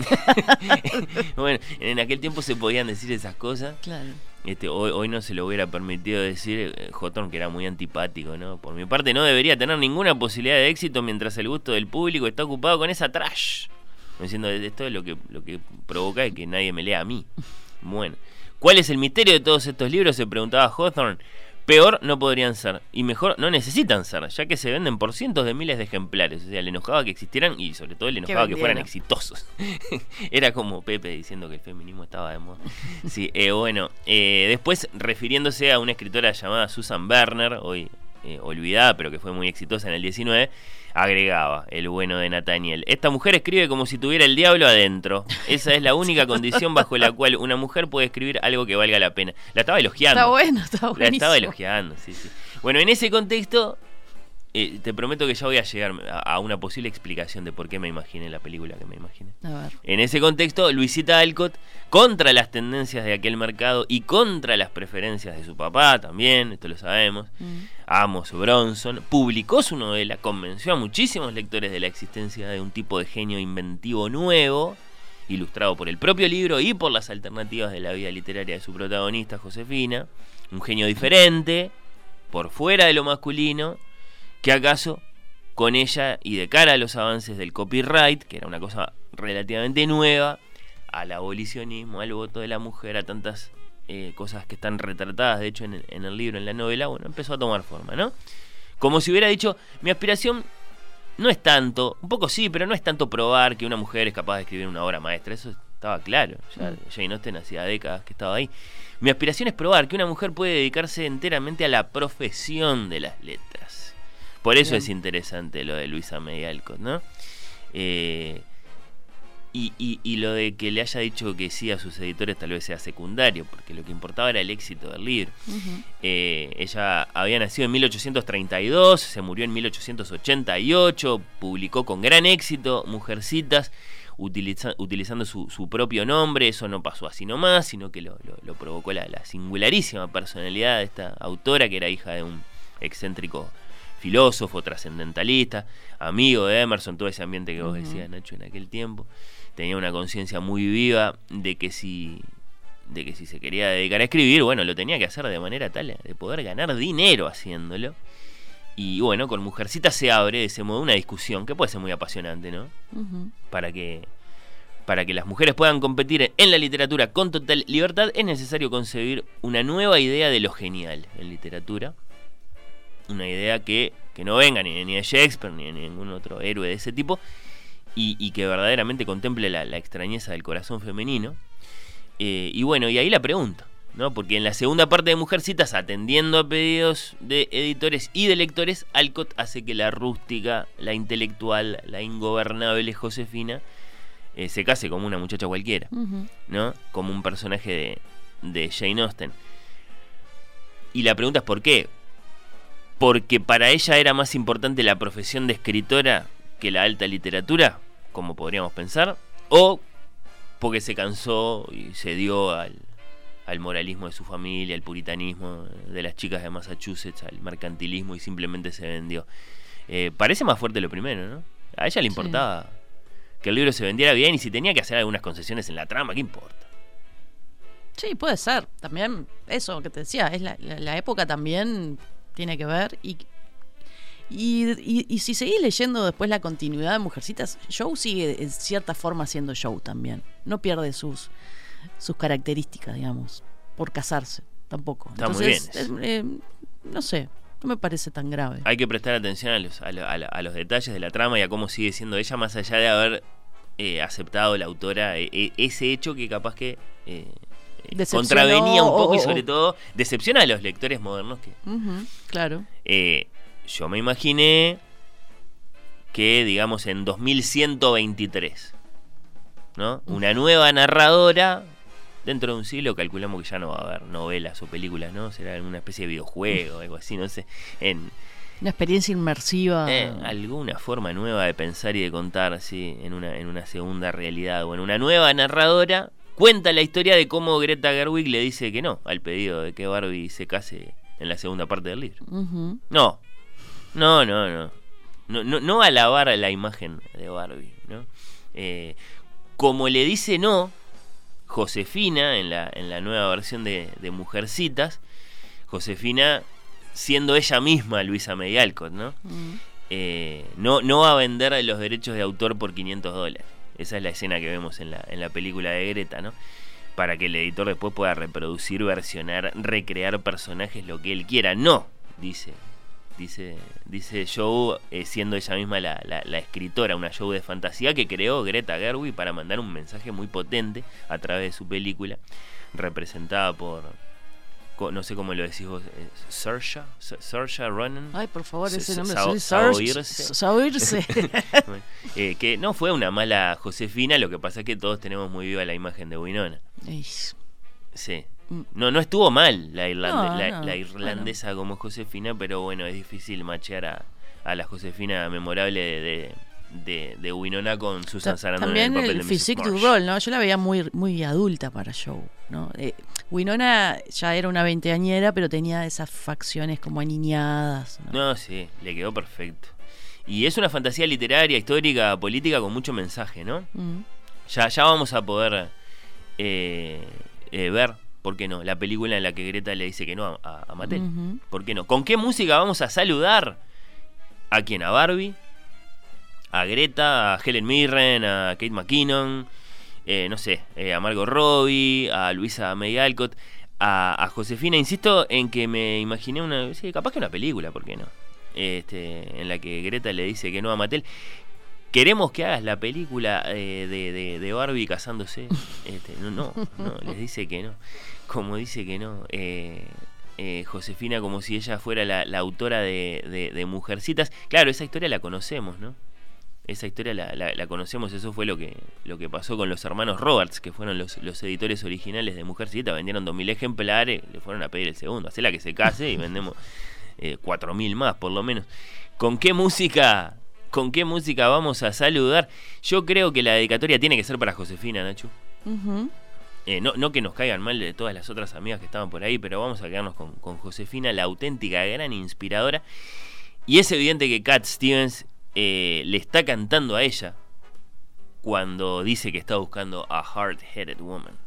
Bueno, en aquel tiempo se podían decir esas cosas.
Claro.
Este, hoy, hoy no se lo hubiera permitido decir eh, Hawthorne, que era muy antipático, ¿no? Por mi parte, no debería tener ninguna posibilidad de éxito mientras el gusto del público está ocupado con esa trash. Diciendo, esto es lo que, lo que provoca es que nadie me lea a mí. Bueno, ¿cuál es el misterio de todos estos libros?, se preguntaba Hawthorne. Peor no podrían ser, y mejor no necesitan ser, ya que se venden por cientos de miles de ejemplares. O sea, le enojaba que existieran y sobre todo le enojaba que, que fueran exitosos. Era como Pepe diciendo que el feminismo estaba de moda. Sí, eh, bueno, eh, después refiriéndose a una escritora llamada Susan Werner, hoy eh, olvidada pero que fue muy exitosa en el diecinueve, agregaba el bueno de Nathaniel: esta mujer escribe como si tuviera el diablo adentro. Esa es la única condición bajo la cual una mujer puede escribir algo que valga la pena. La estaba elogiando.
Está bueno, está buenísimo.
La estaba elogiando, sí, sí. Bueno, en ese contexto, eh, te prometo que ya voy a llegar a, a una posible explicación de por qué me imaginé la película que me imaginé.
A ver.
En ese contexto, Luisita Alcott, contra las tendencias de aquel mercado y contra las preferencias de su papá también, esto lo sabemos, mm. Amos Bronson, publicó su novela, convenció a muchísimos lectores de la existencia de un tipo de genio inventivo nuevo, ilustrado por el propio libro y por las alternativas de la vida literaria de su protagonista, Josefina, un genio diferente, por fuera de lo masculino, que acaso con ella y de cara a los avances del copyright, que era una cosa relativamente nueva, al abolicionismo, al voto de la mujer, a tantas eh, cosas que están retratadas de hecho en el, en el libro, en la novela, bueno, empezó a tomar forma, ¿no? Como si hubiera dicho, mi aspiración no es tanto, un poco sí, pero no es tanto probar que una mujer es capaz de escribir una obra maestra, eso estaba claro, ya mm. Jane Austen hacía décadas que estaba ahí. Mi aspiración es probar que una mujer puede dedicarse enteramente a la profesión de las letras. Por eso Bien. Es interesante lo de Louisa May Alcott, ¿no? Eh, y, y, y lo de que le haya dicho que sí a sus editores tal vez sea secundario, porque lo que importaba era el éxito del libro. Uh-huh. Eh, ella había nacido en mil ochocientos treinta y dos, se murió en mil ochocientos ochenta y ocho, publicó con gran éxito Mujercitas, utiliza, utilizando su, su propio nombre. Eso no pasó así nomás, sino que lo, lo, lo provocó la, la singularísima personalidad de esta autora, que era hija de un excéntrico filósofo, trascendentalista, amigo de Emerson, todo ese ambiente que vos
Uh-huh.
decías, Nacho, en aquel tiempo. Tenía una conciencia muy viva de que si de que si se quería dedicar a escribir, bueno, lo tenía que hacer de manera tal de poder ganar dinero haciéndolo. Y bueno, con Mujercitas se abre de ese modo una discusión que puede ser muy apasionante, ¿no?
Ujú.
Para que para que las mujeres puedan competir en la literatura con total libertad, es necesario concebir una nueva idea de lo genial en literatura. Una idea que, que no venga ni, ni de Shakespeare ni de ningún otro héroe de ese tipo, y, y que verdaderamente contemple la, la extrañeza del corazón femenino. Eh, y bueno, y ahí la pregunta, ¿no? Porque en la segunda parte de Mujercitas, atendiendo a pedidos de editores y de lectores, Alcott hace que la rústica, la intelectual, la ingobernable Josefina eh, se case como una muchacha cualquiera,
Ujú.
¿no? Como un personaje de, de Jane Austen. Y la pregunta es ¿por qué? Porque para ella era más importante la profesión de escritora que la alta literatura, como podríamos pensar, o porque se cansó y se dio al, al moralismo de su familia, al puritanismo de las chicas de Massachusetts, al mercantilismo y simplemente se vendió. Eh, parece más fuerte lo primero, ¿no? A ella le importaba sí. que el libro se vendiera bien, y si tenía que hacer algunas concesiones en la trama, ¿qué importa?
Sí, puede ser. También eso que te decía, es la, la, la época también tiene que ver. Y, y, y, y si seguís leyendo después la continuidad de Mujercitas, Joe sigue en cierta forma siendo Joe también. No pierde sus, sus características, digamos, por casarse tampoco.
Está
Entonces,
muy bien.
Es, eh, no sé, no me parece tan grave.
Hay que prestar atención a los, a, lo, a, lo, a los detalles de la trama y a cómo sigue siendo ella, más allá de haber eh, aceptado la autora eh, ese hecho que capaz que eh, contravenía un poco, o, o, y sobre todo decepciona a los lectores modernos que
uh-huh, claro.
Eh, yo me imaginé que, digamos, en dos mil ciento veintitrés, ¿no? Una nueva narradora. Dentro de un siglo calculamos que ya no va a haber novelas o películas, ¿no? Será una especie de videojuego, algo así, no sé. En,
una experiencia inmersiva.
Eh, alguna forma nueva de pensar y de contar, sí, en una, en una segunda realidad. Bueno, una nueva narradora cuenta la historia de cómo Greta Gerwig le dice que no al pedido de que Barbie se case en la segunda parte del libro.
Uh-huh.
No, no, no, no. No, no, no alabar a la imagen de Barbie, ¿no? Eh, como le dice no Josefina en la, en la nueva versión de, de Mujercitas, Josefina siendo ella misma Luisa May Alcott, ¿no? Uh-huh. Eh, no, no va a vender los derechos de autor por quinientos dólares. Esa es la escena que vemos en la, en la película de Greta, ¿no? Para que el editor después pueda reproducir, versionar, recrear personajes lo que él quiera. No, dice dice dice Joe, eh, siendo ella misma la, la, la escritora, una Joe de fantasía que creó Greta Gerwig para mandar un mensaje muy potente a través de su película, representada por, no sé cómo lo decís vos, Saoirse, Saoirse Ronan.
Ay, por favor, ese nombre.
Saoirse.
Saoirse.
eh, que no fue una mala Josefina, lo que pasa es que todos tenemos muy viva la imagen de Winona.
Eish.
Sí. No, no estuvo mal la, irlande,
no,
la,
no,
la irlandesa bueno. como Josefina, pero bueno, es difícil machear a, a la Josefina memorable de, de, de, de Winona con Susan Sarandon
También
en el papel
el
de missus
physique du
Marsh.
role, ¿no? Yo la veía muy, muy adulta para Joe, ¿no? Eh, Winona ya era una veinteañera, pero tenía esas facciones como aniñadas, ¿no?
No, sí, le quedó perfecto. Y es una fantasía literaria, histórica, política con mucho mensaje, ¿no? Mm. Ya, ya vamos a poder eh, eh, ver, ¿por qué no?, la película en la que Greta le dice que no a, a Mattel. Uh-huh. ¿Por qué no? ¿Con qué música vamos a saludar? ¿A quién? ¿A Barbie? ¿A Greta? ¿A Helen Mirren? ¿A Kate McKinnon? Eh, no sé, eh, a Margot Robbie, a Luisa May Alcott, a, a Josefina. Insisto en que me imaginé una, sí, capaz que una película, ¿por qué no? Este, en la que Greta le dice que no a Mattel. Queremos que hagas la película eh, de, de, de Barbie casándose. Este, no, no, no, les dice que no. Como dice que no. Eh, eh, Josefina, como si ella fuera la, la autora de, de, de Mujercitas. Claro, esa historia la conocemos, ¿no? Esa historia la, la, la conocemos. Eso fue lo que, lo que pasó con los hermanos Roberts, que fueron los, los editores originales de Mujercitas. Vendieron dos mil ejemplares, le fueron a pedir el segundo. Hacela que se case y vendemos eh, cuatro mil más, por lo menos. ¿Con qué música... ¿Con qué música vamos a saludar? Yo creo que la dedicatoria tiene que ser para Josefina, Nacho. Uh-huh. Eh, no, no que nos caigan mal de todas las otras amigas que estaban por ahí, pero vamos a quedarnos con, con Josefina, la auténtica, gran inspiradora. Y es evidente que Cat Stevens eh, le está cantando a ella cuando dice que está buscando a hard-headed woman.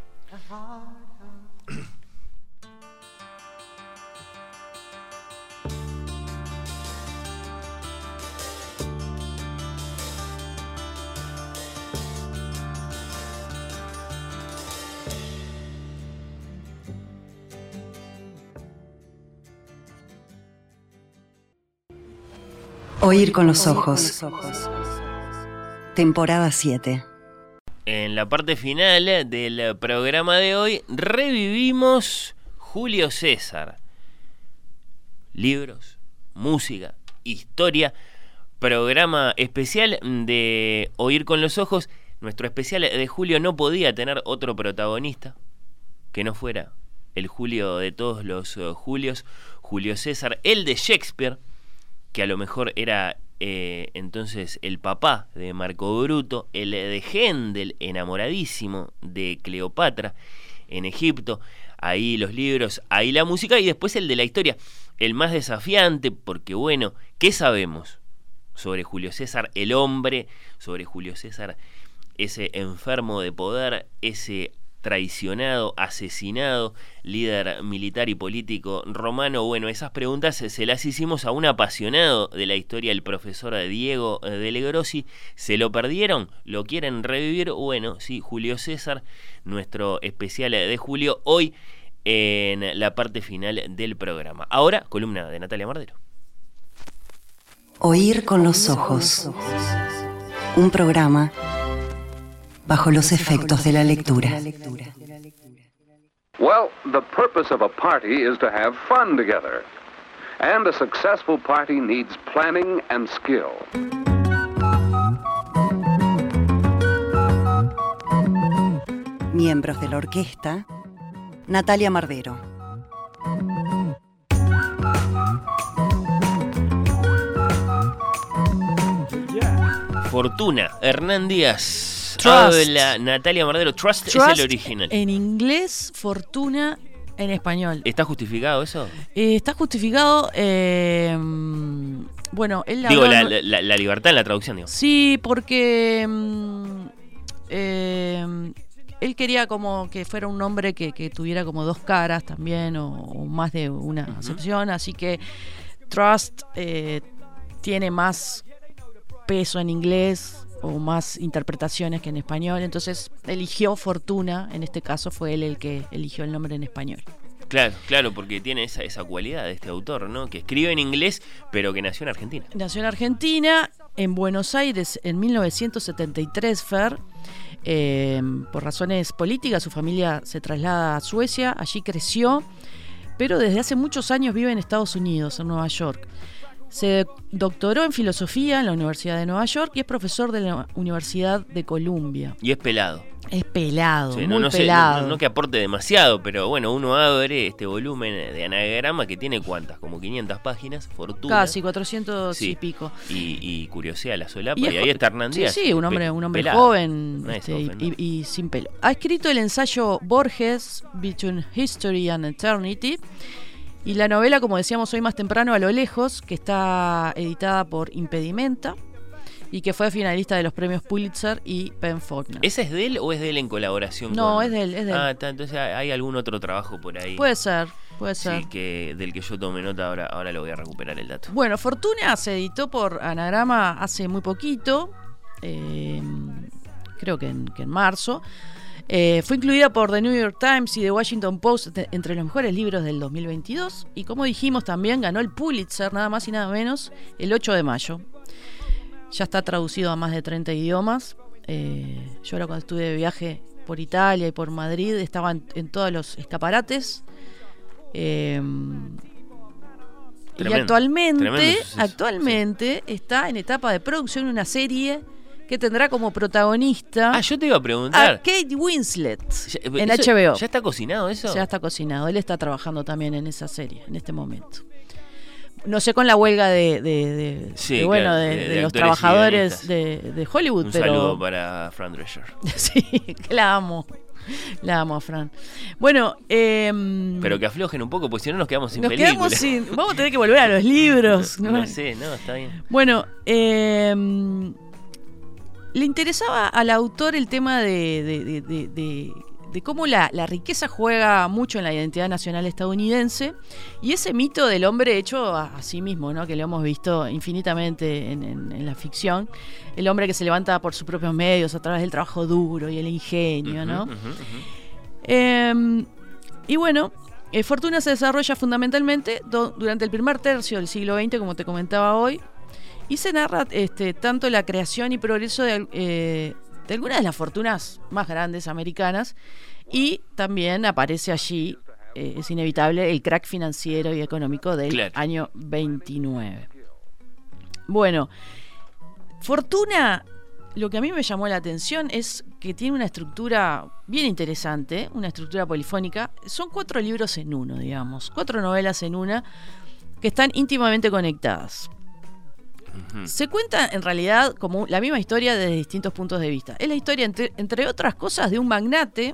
Oír con los ojos. Temporada siete.
En la parte final del programa de hoy revivimos Julio César. Libros, música, historia, programa especial de Oír con los ojos. Nuestro especial de Julio no podía tener otro protagonista que no fuera el Julio de todos los uh, Julios, Julio César, el de Shakespeare, que a lo mejor era eh, entonces el papá de Marco Bruto, el de Händel, enamoradísimo de Cleopatra en Egipto, ahí los libros, ahí la música, y después el de la historia, el más desafiante, porque bueno, ¿qué sabemos sobre Julio César, el hombre, sobre Julio César, ese enfermo de poder, ese traicionado, asesinado, líder militar y político romano? Bueno, esas preguntas se las hicimos a un apasionado de la historia, el profesor Diego Del Grossi. ¿Se lo perdieron? ¿Lo quieren revivir? Bueno, sí, Julio César, nuestro especial de Julio, hoy en la parte final del programa. Ahora, columna de Natalia Mardero.
Oír con los ojos. Un programa bajo los efectos de la lectura.
Well, the purpose of a party is to have fun together. And a successful party needs planning and skill.
Miembros de la orquesta: Natalia Mardero.
Fortuna, Hernán Díaz.
Trust.
Habla Natalia Mardero. Trust,
Trust
es el original.
En inglés, fortuna en español.
¿Está justificado eso?
Eh, está justificado. Eh, bueno, él
Digo,
habló-
la, la, la libertad en la traducción, digo.
Sí, porque mm, eh, él quería como que fuera un nombre que, que tuviera como dos caras también, o, o más de una
Ujú.
acepción, así que Trust eh, tiene más peso en inglés o más interpretaciones que en español, entonces eligió Fortuna, en este caso fue él el que eligió el nombre en español.
Claro, claro, porque tiene esa, esa cualidad de este autor, ¿no? Que escribe en inglés, pero que nació en Argentina.
Nació en Argentina, en Buenos Aires, en mil novecientos setenta y tres, Fer. Eh, por razones políticas, su familia se traslada a Suecia, allí creció, pero desde hace muchos años vive en Estados Unidos, en Nueva York. Se doctoró en filosofía en la Universidad de Nueva York y es profesor de la Universidad de Columbia.
Y es pelado.
Es pelado,
Sí,
muy
no, no sé,
pelado.
no, no que aporte demasiado, pero bueno, uno abre este volumen de anagrama que tiene ¿cuántas? Como quinientas páginas, Fortuna.
Casi cuatrocientos
Sí.
y pico.
Y, y curiosidad la solapa,
Y
y,
es
ahí
jo-
está Hernán
Sí,
Díaz.
sí, un hombre,
pe-
un hombre
pelado.
joven
No es
este, y,
joven, ¿no?
y- y sin pelo. Ha escrito el ensayo Borges, Between History and Eternity, y la novela, como decíamos hoy más temprano, A lo lejos, que está editada por Impedimenta y que fue finalista de los premios Pulitzer y PEN Faulkner.
¿Ese es de él o es de él en colaboración
No,
con...?
es de él, es de él.
Ah, está, entonces hay algún otro trabajo por ahí.
Puede ser, puede ser.
Sí, que, del que yo tomé nota, ahora, ahora lo voy a recuperar el dato.
Bueno, Fortuna se editó por Anagrama hace muy poquito, eh, creo que en, que en marzo. Eh, fue incluida por The New York Times y The Washington Post de- entre los mejores libros del dos mil veintidós. Y como dijimos, también ganó el Pulitzer, nada más y nada menos, el ocho de mayo. Ya está traducido a más de treinta idiomas. Eh, yo ahora cuando estuve de viaje por Italia y por Madrid estaba en, en todos los escaparates. Eh, y
Tremendo,
actualmente,
tremendo suceso,
actualmente está en etapa de producción una serie que tendrá como protagonista
Ah, yo te iba a
a
preguntar.
Kate Winslet
Ya-
en
eso-
H B O.
¿Ya está cocinado eso?
Ya está cocinado. Él está trabajando también en esa serie en este momento. No sé con la huelga de, de, de-
Sí,
de, bueno,
claro,
de,
de-
de
de
los
actores y
trabajadores
guionistas.
de, de Hollywood,
Un
pero
saludo para Fran Drescher.
sí, que la amo. La amo a Fran. Bueno, eh,
pero que aflojen un poco, porque si no nos quedamos sin
nos
película.
Quedamos sin, vamos a tener que volver a los libros.
No,
¿no?
no sé, no, está bien.
Bueno, eh, le interesaba al autor el tema de, de, de, de, de, de cómo la, la riqueza juega mucho en la identidad nacional estadounidense y ese mito del hombre hecho a, a sí mismo, ¿no? Que lo hemos visto infinitamente en, en, en la ficción. El hombre que se levanta por sus propios medios a través del trabajo duro y el ingenio, ¿no? Uh-huh, uh-huh, uh-huh. Eh, y bueno, eh, Fortuna se desarrolla fundamentalmente do, durante el primer tercio del siglo veinte, como te comentaba hoy, y se narra este, tanto la creación y progreso de, eh, de algunas de las fortunas más grandes americanas, y también aparece allí, eh, es inevitable, el crack financiero y económico del claro. año veintinueve. Bueno, Fortuna, lo que a mí me llamó la atención es que tiene una estructura bien interesante, una estructura polifónica. Son cuatro libros en uno, digamos, cuatro novelas en una que están íntimamente conectadas. Uh-huh. Se cuenta en realidad como la misma historia desde distintos puntos de vista. Es la historia, entre, entre otras cosas, de un magnate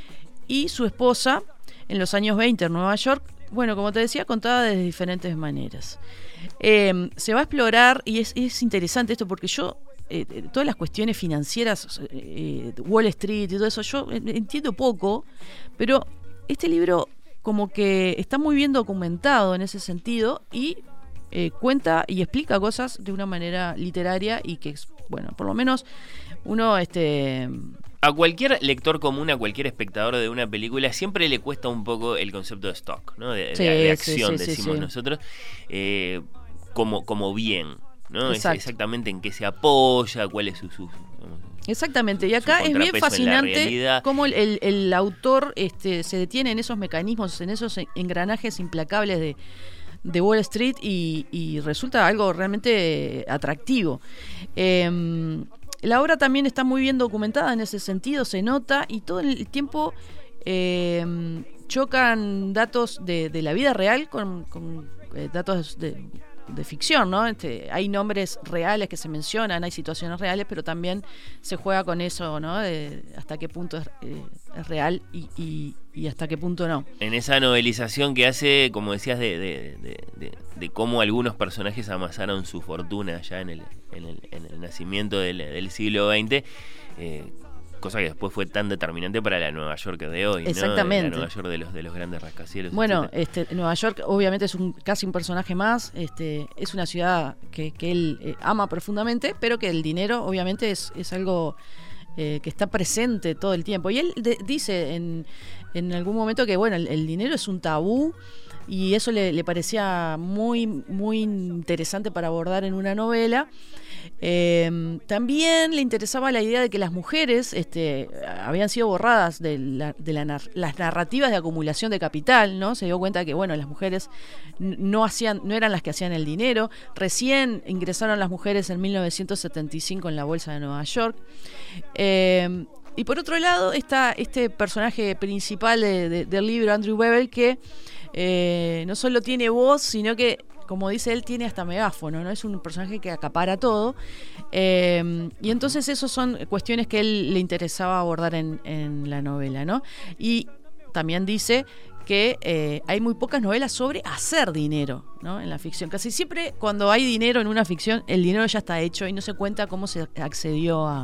y su esposa en los años veinte en Nueva York. Bueno, como te decía, contada de diferentes maneras. Eh, se va a explorar, y es, es interesante esto porque yo, eh, todas las cuestiones financieras, eh, Wall Street y todo eso, yo entiendo poco, pero este libro como que está muy bien documentado en ese sentido y eh, cuenta y explica cosas de una manera literaria y que, bueno, por lo menos uno... este
A cualquier lector común, a cualquier espectador de una película, siempre le cuesta un poco el concepto de stock, ¿no? De,
sí,
de, de acción,
sí, sí,
decimos
sí.
nosotros, eh, como, como bien, ¿no?
Exacto.
Es exactamente en qué se apoya, cuál es su... su
Exactamente, y acá es bien fascinante cómo el, el, el autor este, se detiene en esos mecanismos, en esos engranajes implacables de, de Wall Street y, y resulta algo realmente atractivo. Eh, La obra también está muy bien documentada en ese sentido, se nota, y todo el tiempo eh, chocan datos de, de la vida real con, con eh, datos de, de ficción, ¿no? Este, hay nombres reales que se mencionan, hay situaciones reales, pero también se juega con eso, ¿no? De hasta qué punto es, eh, es real y, y, y hasta qué punto no.
En esa novelización que hace, como decías, de, de, de, de, de cómo algunos personajes amasaron su fortuna ya en el, en el, en el nacimiento del, del siglo veinte, eh, cosa que después fue tan determinante para la Nueva York de hoy, ¿no?
Exactamente.
La Nueva York de los, de los grandes rascacielos.
Bueno,
etcétera.
este, Nueva York obviamente es un casi un personaje más, este, es una ciudad que, que él eh, ama profundamente, pero que el dinero obviamente es, es algo eh, que está presente todo el tiempo. Y él de, dice en, en algún momento que bueno, el, el dinero es un tabú, y eso le, le parecía muy, muy interesante para abordar en una novela. Eh, también le interesaba la idea de que las mujeres este, habían sido borradas de, la, de la, las narrativas de acumulación de capital, ¿no? Se dio cuenta que bueno, las mujeres no hacían, no eran las que hacían el dinero. Recién ingresaron las mujeres en mil novecientos setenta y cinco en la bolsa de Nueva York. Eh, y por otro lado está este personaje principal de, de, del libro, Andrew Bebel, que eh, no solo tiene voz, sino que, como dice él, tiene hasta megáfono, ¿no? Es un personaje que acapara todo. Eh, y entonces esas son cuestiones que a él le interesaba abordar en, en la novela, ¿no? Y también dice que eh, hay muy pocas novelas sobre hacer dinero, ¿no? En la ficción. Casi siempre cuando hay dinero en una ficción, el dinero ya está hecho y no se cuenta cómo se accedió a,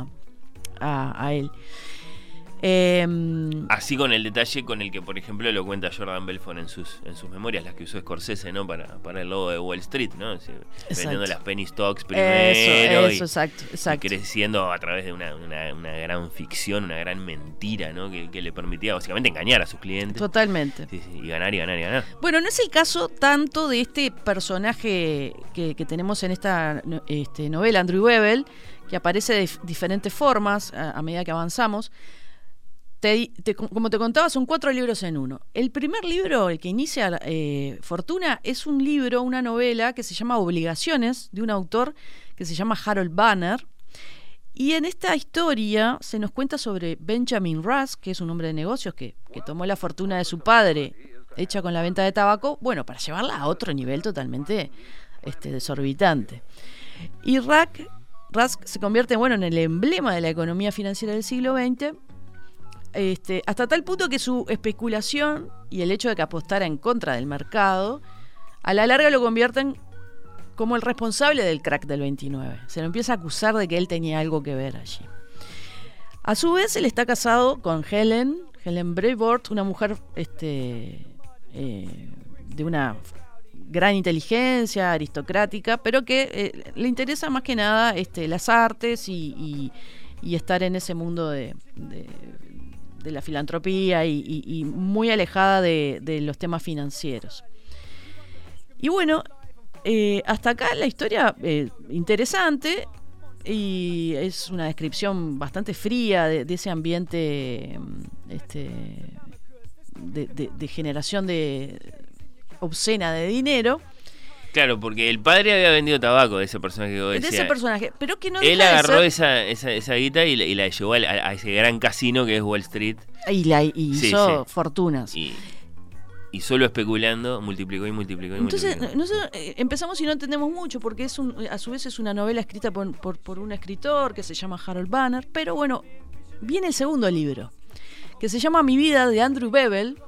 a, a él. Eh,
Así con el detalle con el que, por ejemplo, lo cuenta Jordan Belfort en sus en sus memorias, las que usó Scorsese, ¿no? Para, para el logo de Wall Street, ¿no? O sea, vendiendo las penny stocks primero
eso, eso,
y,
exacto, exacto.
y creciendo a través de una, una, una gran ficción, una gran mentira, ¿no? Que, que le permitía básicamente engañar a sus clientes.
Totalmente.
Sí, sí, y ganar y ganar y ganar.
Bueno, no es el caso tanto de este personaje que, que tenemos en esta este, novela, Andrew Bebel, que aparece de diferentes formas a, a medida que avanzamos. Te, te, como te contaba, son cuatro libros en uno. El primer libro, el que inicia eh, Fortuna, es un libro, una novela que se llama Obligaciones, de un autor que se llama Harold Banner. Y en esta historia se nos cuenta sobre Benjamin Rusk, que es un hombre de negocios que, que tomó la fortuna de su padre, hecha con la venta de tabaco, bueno, para llevarla a otro nivel totalmente este, desorbitante. Y Rusk, Rusk se convierte, bueno, en el emblema de la economía financiera del siglo veinte. este, hasta tal punto que su especulación y el hecho de que apostara en contra del mercado, a la larga lo convierten como el responsable del crack del veintinueve. Se lo empieza a acusar de que él tenía algo que ver allí. A su vez, él está casado con Helen, Helen Brevoort, una mujer este, eh, de una gran inteligencia, aristocrática, pero que eh, le interesa más que nada este, las artes y, y, y estar en ese mundo de, de, de la filantropía y, y, y muy alejada de, de los temas financieros. Y bueno, eh, hasta acá la historia eh, interesante, y es una descripción bastante fría de, de ese ambiente este, de, de, de generación de obscena de dinero.
Claro, porque el padre había vendido tabaco de ese personaje que vos decías.
De ese personaje, pero que no
Él
deja de
agarró
ser...
esa, esa, esa guita y la, y la llevó a, a ese gran casino que es Wall Street.
Y, la, y
Sí,
hizo
sí.
fortunas.
Y, y solo especulando, multiplicó y multiplicó y
Entonces,
multiplicó.
nosotros eh, empezamos y no entendemos mucho, porque es un, a su vez es una novela escrita por, por, por un escritor que se llama Harold Banner, pero bueno, viene el segundo libro, que se llama Mi vida, de Andrew Bevel,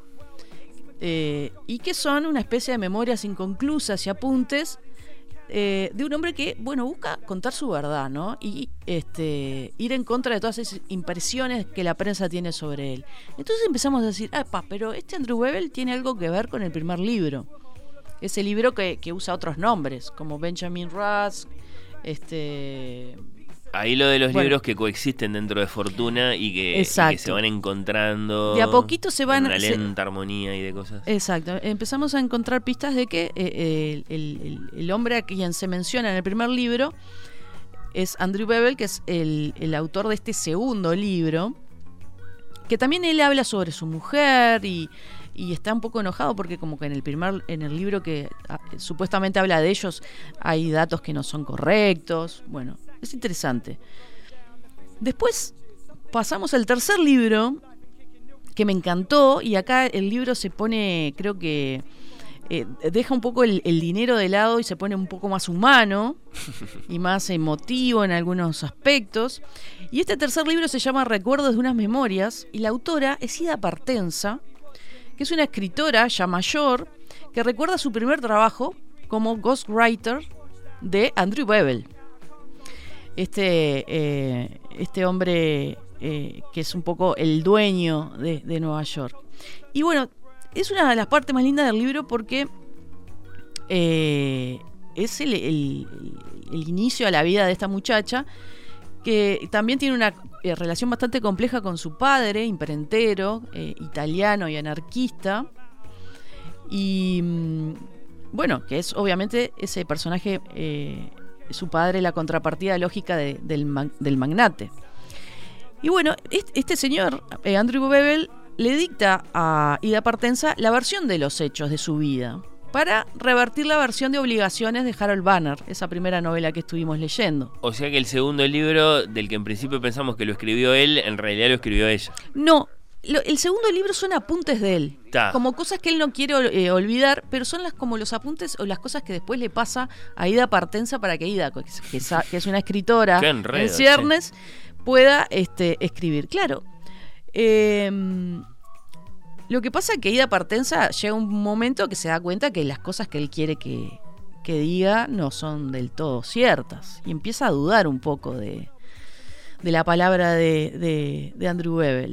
eh, y que son una especie de memorias inconclusas y apuntes eh, de un hombre que, bueno, busca contar su verdad, ¿no? Y este, ir en contra de todas esas impresiones que la prensa tiene sobre él. Entonces empezamos a decir, ah, pa, pero este Andrew Bevel tiene algo que ver con el primer libro. Ese libro que, que usa otros nombres, como Benjamin Rusk, este...
Ahí lo de los
Bueno.
libros que coexisten dentro de Fortuna y que, y que
Exacto.
se van encontrando
De a poquito se van-
en una
se-
lenta armonía y de cosas.
Exacto, empezamos a encontrar pistas de que eh, el, el- el hombre a quien se menciona en el primer libro es Andrew Bevel, que es el, el autor de este segundo libro, que también él habla sobre su mujer y, y está un poco enojado porque como que en el primer en el libro que ah, supuestamente habla de ellos hay datos que no son correctos. Bueno, es interesante. Después pasamos al tercer libro, que me encantó, y acá el libro se pone, creo que eh, deja un poco el, el dinero de lado y se pone un poco más humano y más emotivo en algunos aspectos. Y este tercer libro se llama Recuerdos de unas memorias, y la autora es Ida Partenza, que es una escritora ya mayor que recuerda su primer trabajo como ghostwriter de Andrew Bevel. Este, eh, este hombre eh, que es un poco el dueño de, de Nueva York. Y bueno, es una de las partes más lindas del libro porque eh, es el, el, el inicio a la vida de esta muchacha, que también tiene una eh, relación bastante compleja con su padre, imprentero, eh, italiano y anarquista. Y mm, bueno, que es obviamente ese personaje, eh, su padre, la contrapartida lógica de, del, mag, del magnate. Y bueno, este, este señor, eh, Andrew Bevel, le dicta a Ida Partenza la versión de los hechos de su vida para revertir la versión de Obligaciones de Harold Banner, esa primera novela que estuvimos leyendo.
O sea que el segundo libro, del que en principio pensamos que lo escribió él, en realidad lo escribió ella.
No, lo, el segundo libro son apuntes de él,
Ta.
como cosas que él no quiere eh, olvidar, pero son las como los apuntes o las cosas que después le pasa a Ida Partenza para que Ida, que, es- que es, que es una escritora
Qué enredo,
en ciernes, pueda este, escribir. Claro, eh, lo que pasa es que Ida Partenza llega un momento que se da cuenta que las cosas que él quiere que, que diga no son del todo ciertas, y empieza a dudar un poco de, de la palabra de, de, de Andrew Bevel.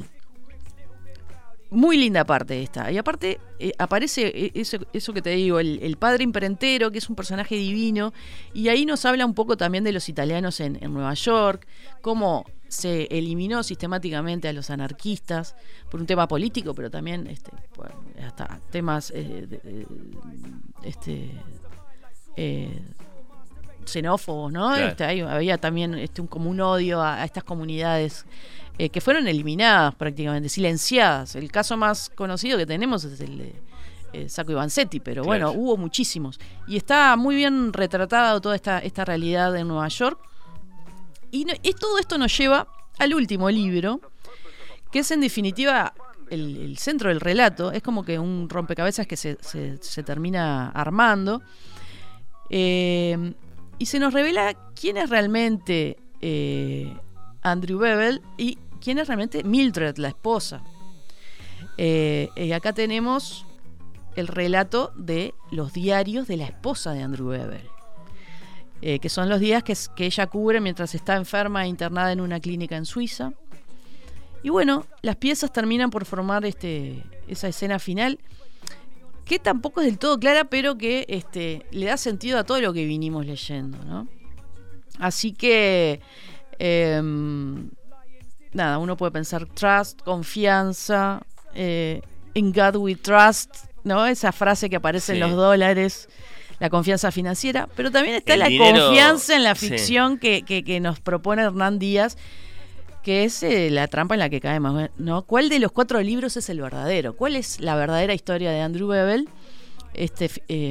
Muy linda parte esta. Y aparte eh, aparece eh, eso, eso que te digo, el, el padre imprentero, que es un personaje divino, y ahí nos habla un poco también de los italianos en, en Nueva York, cómo se eliminó sistemáticamente a los anarquistas por un tema político, pero también este, por, hasta temas eh, de, de, este, eh, xenófobos, ¿no?
Claro.
Este, ahí había también este, un, como un odio a, a estas comunidades eh, que fueron eliminadas prácticamente, silenciadas. El caso más conocido que tenemos es el de eh, Sacco y Vanzetti, pero
Claro.
bueno, hubo muchísimos. Y está muy bien retratada toda esta, esta realidad de Nueva York. Y, no, y todo esto nos lleva al último libro, que es en definitiva el, el centro del relato. Es como que un rompecabezas que se, se, se termina armando. Eh, y se nos revela quién es realmente eh, Andrew Bevel y quién es realmente Mildred, la esposa. Eh, y acá tenemos el relato de los diarios de la esposa de Andrew Bebel, eh, que son los días que, que ella cubre mientras está enferma e internada en una clínica en Suiza. Y bueno, las piezas terminan por formar este, esa escena final, que tampoco es del todo clara, pero que este, le da sentido a todo lo que vinimos leyendo, ¿no? Así que, eh, nada, uno puede pensar trust, confianza, eh, in God we trust, ¿no? Esa frase que aparece sí. en los dólares, la confianza financiera, pero también está el la dinero, confianza en la ficción sí. que, que, que nos propone Hernán Díaz, que es eh, la trampa en la que caemos, ¿no? ¿Cuál de los cuatro libros es el verdadero? ¿Cuál es la verdadera historia de Andrew Bebel, este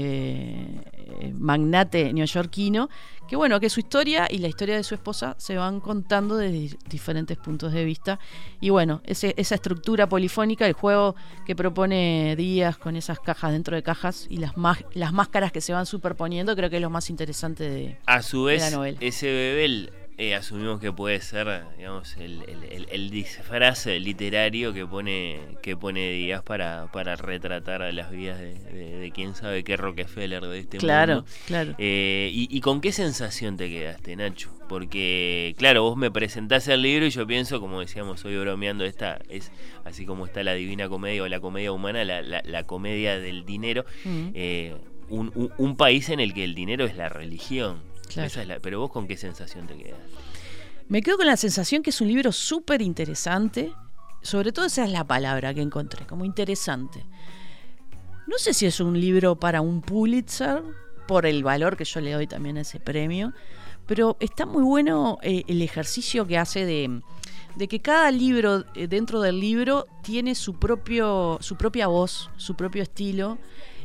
eh, magnate neoyorquino? Que bueno, que su historia y la historia de su esposa se van contando desde diferentes puntos de vista. Y bueno, ese, esa estructura polifónica, el juego que propone Díaz con esas cajas dentro de cajas y las, las máscaras que se van superponiendo, creo que es lo más interesante de,
a su vez,
de la novela.
Ese Bebel... Eh, asumimos que puede ser, digamos, el, el, el, el disfraz literario que pone que pone Díaz para, para retratar a las vidas de, de, de quién sabe qué Rockefeller de este
claro,
mundo.
Claro, claro.
Eh, y, ¿Y con qué sensación te quedaste, Nacho? Porque, claro, vos me presentás el libro y yo pienso, como decíamos hoy bromeando, esta es así como está la Divina Comedia o la comedia humana, la, la, la comedia del dinero, uh-huh. eh, un, un, un país en el que el dinero es la religión.
Claro.
Esa es la, pero vos, ¿con qué sensación te quedas?
Me quedo con la sensación que es un libro súper interesante. Sobre todo esa es la palabra que encontré, como interesante. No sé si es un libro para un Pulitzer, por el valor que yo le doy también a ese premio, pero está muy bueno eh, el ejercicio que hace de, de que cada libro, eh, dentro del libro, tiene su propio, su propia voz, su propio estilo,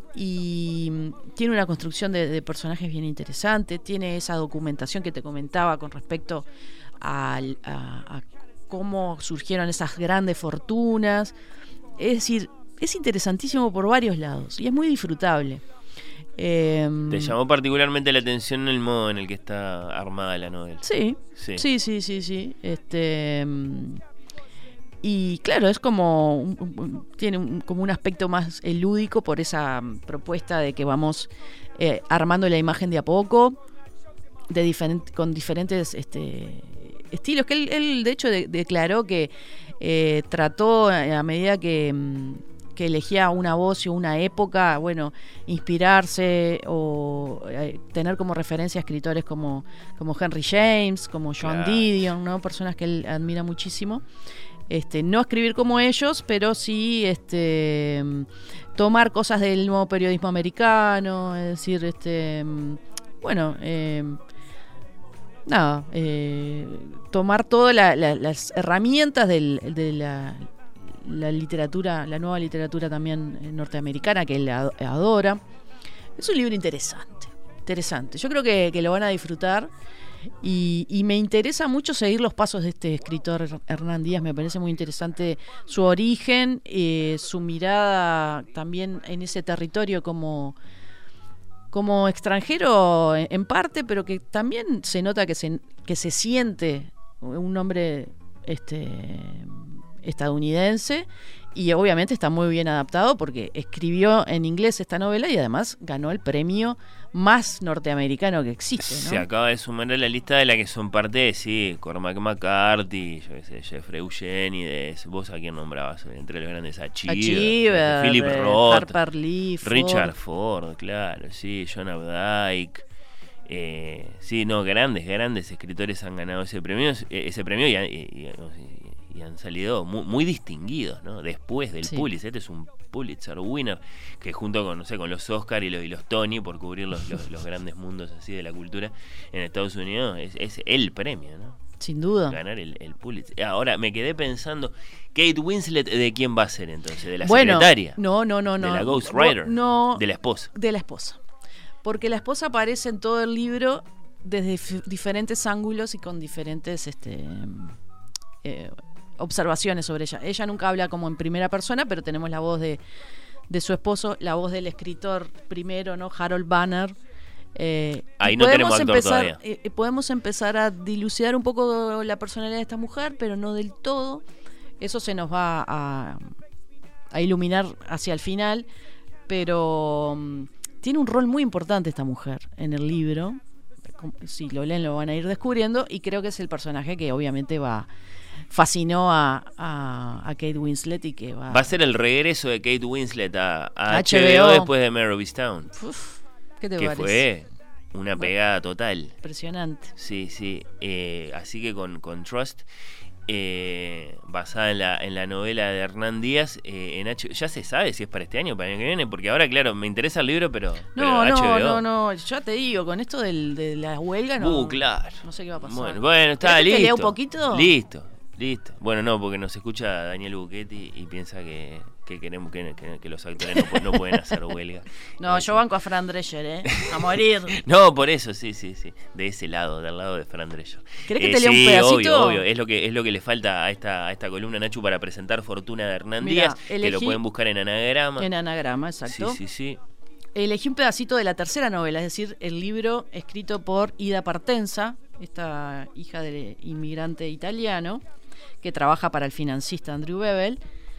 y tiene una construcción de, de personajes bien interesante, tiene esa documentación que te comentaba con respecto a, a, a cómo surgieron esas grandes fortunas. Es decir, es interesantísimo por varios lados y es muy disfrutable. Eh,
¿Te llamó particularmente la atención el modo en el que está armada la novela?
Sí, sí, sí, sí, sí, sí. Este... Y claro, es como un, un, tiene un, como un aspecto más eh, lúdico por esa propuesta de que vamos eh, armando la imagen de a poco, de diferent, con diferentes este, estilos, que él, él de hecho de, declaró que eh, trató a medida que, que elegía una voz y una época, bueno, inspirarse o eh, tener como referencia a escritores como, como Henry James, como John claro. Didion, ¿no? Personas que él admira muchísimo. Este, no escribir como ellos, pero sí este, tomar cosas del nuevo periodismo americano, es decir, este, bueno, eh, nada, eh, tomar todas la, la, las herramientas del, de la, la literatura, la nueva literatura también norteamericana que él adora. Es un libro interesante, interesante. Yo creo que, que lo van a disfrutar. Y, y me interesa mucho seguir los pasos de este escritor Hernán Díaz. Me parece muy interesante su origen, eh, su mirada también en ese territorio como, como extranjero en parte, pero que también se nota que se, que se siente un hombre este, estadounidense, y obviamente está muy bien adaptado porque escribió en inglés esta novela y además ganó el premio más norteamericano que existe, ¿no?
Se acaba de sumar a la lista de la que son parte, sí, Cormac McCarthy, yo qué sé, Jeffrey Eugenides, vos a quién nombrabas entre los grandes, a Cheever, Philip Roth,
Harper Lee,
Richard Ford. Ford, claro, sí, John Updike, eh, sí, no, grandes, grandes escritores han ganado ese premio, ese premio y, y, y, y han salido muy, muy distinguidos, ¿no? Después del sí. Pulitzer, este es un Pulitzer winner, que junto con, no sé, con los Oscar y los, y los Tony, por cubrir los, los, los grandes mundos así de la cultura en Estados Unidos, es, es el premio, ¿no?
Sin duda.
Ganar el, el Pulitzer. Ahora, me quedé pensando, Kate Winslet, ¿de quién va a ser entonces? ¿De la
bueno,
secretaria?
No, no, no, no.
¿De la Ghostwriter?
No.
¿De la esposa?
De la esposa. Porque la esposa aparece en todo el libro desde f- diferentes ángulos y con diferentes este, eh, observaciones sobre ella. Ella nunca habla como en primera persona, pero tenemos la voz de, de su esposo, la voz del escritor primero, ¿no? Harold Banner, Eh,
Ahí no tenemos actor
empezar,
todavía.
Eh, podemos empezar a dilucidar un poco la personalidad de esta mujer, pero no del todo. Eso se nos va a, a iluminar hacia el final, pero um, tiene un rol muy importante esta mujer en el libro. Si lo leen lo van a ir descubriendo, y creo que es el personaje que obviamente va fascinó a, a, a Kate Winslet y que va...
Va a ser el regreso de Kate Winslet a, a
H
H
B
B
O
O después de Mare of Easttown.
Uf, ¿qué te
Que
parece?
fue una pegada total.
Impresionante.
Sí, sí. Eh, así que con, con Trust, eh, basada en la, en la novela de Hernán Díaz, eh, en H- ya se sabe si es para este año o para el año que viene, porque ahora, claro, me interesa el libro, pero,
No,
pero
no,
H B O.
no, no, ya te digo, con esto del, de la huelga no,
Uh, claro.
no sé qué va a pasar.
Bueno, bueno, está
¿Querés que
listo.
te lea un poquito?
Listo, listo. Bueno, no, porque nos escucha Daniel Buchetti y piensa que, que queremos que, que, que los actores no, pu- no pueden hacer huelga.
No, yo banco a Fran Drescher, ¿eh? A morir.
No, por eso, sí, sí, sí. De ese lado, del lado de Fran Drescher.
¿Querés que
Eh,
te lea un
sí,
pedacito?
obvio, obvio. Es lo que, es lo que le falta a esta, a esta columna, Nachu, para presentar Fortuna de Hernán
Mirá,
Díaz, que lo
elegí-
pueden buscar en Anagrama.
En anagrama, exacto.
Sí, sí, sí.
Elegí un pedacito de la tercera novela, es decir, el libro escrito por Ida Partenza, esta hija del inmigrante italiano, que trabaja para el financista Andrew Bebel.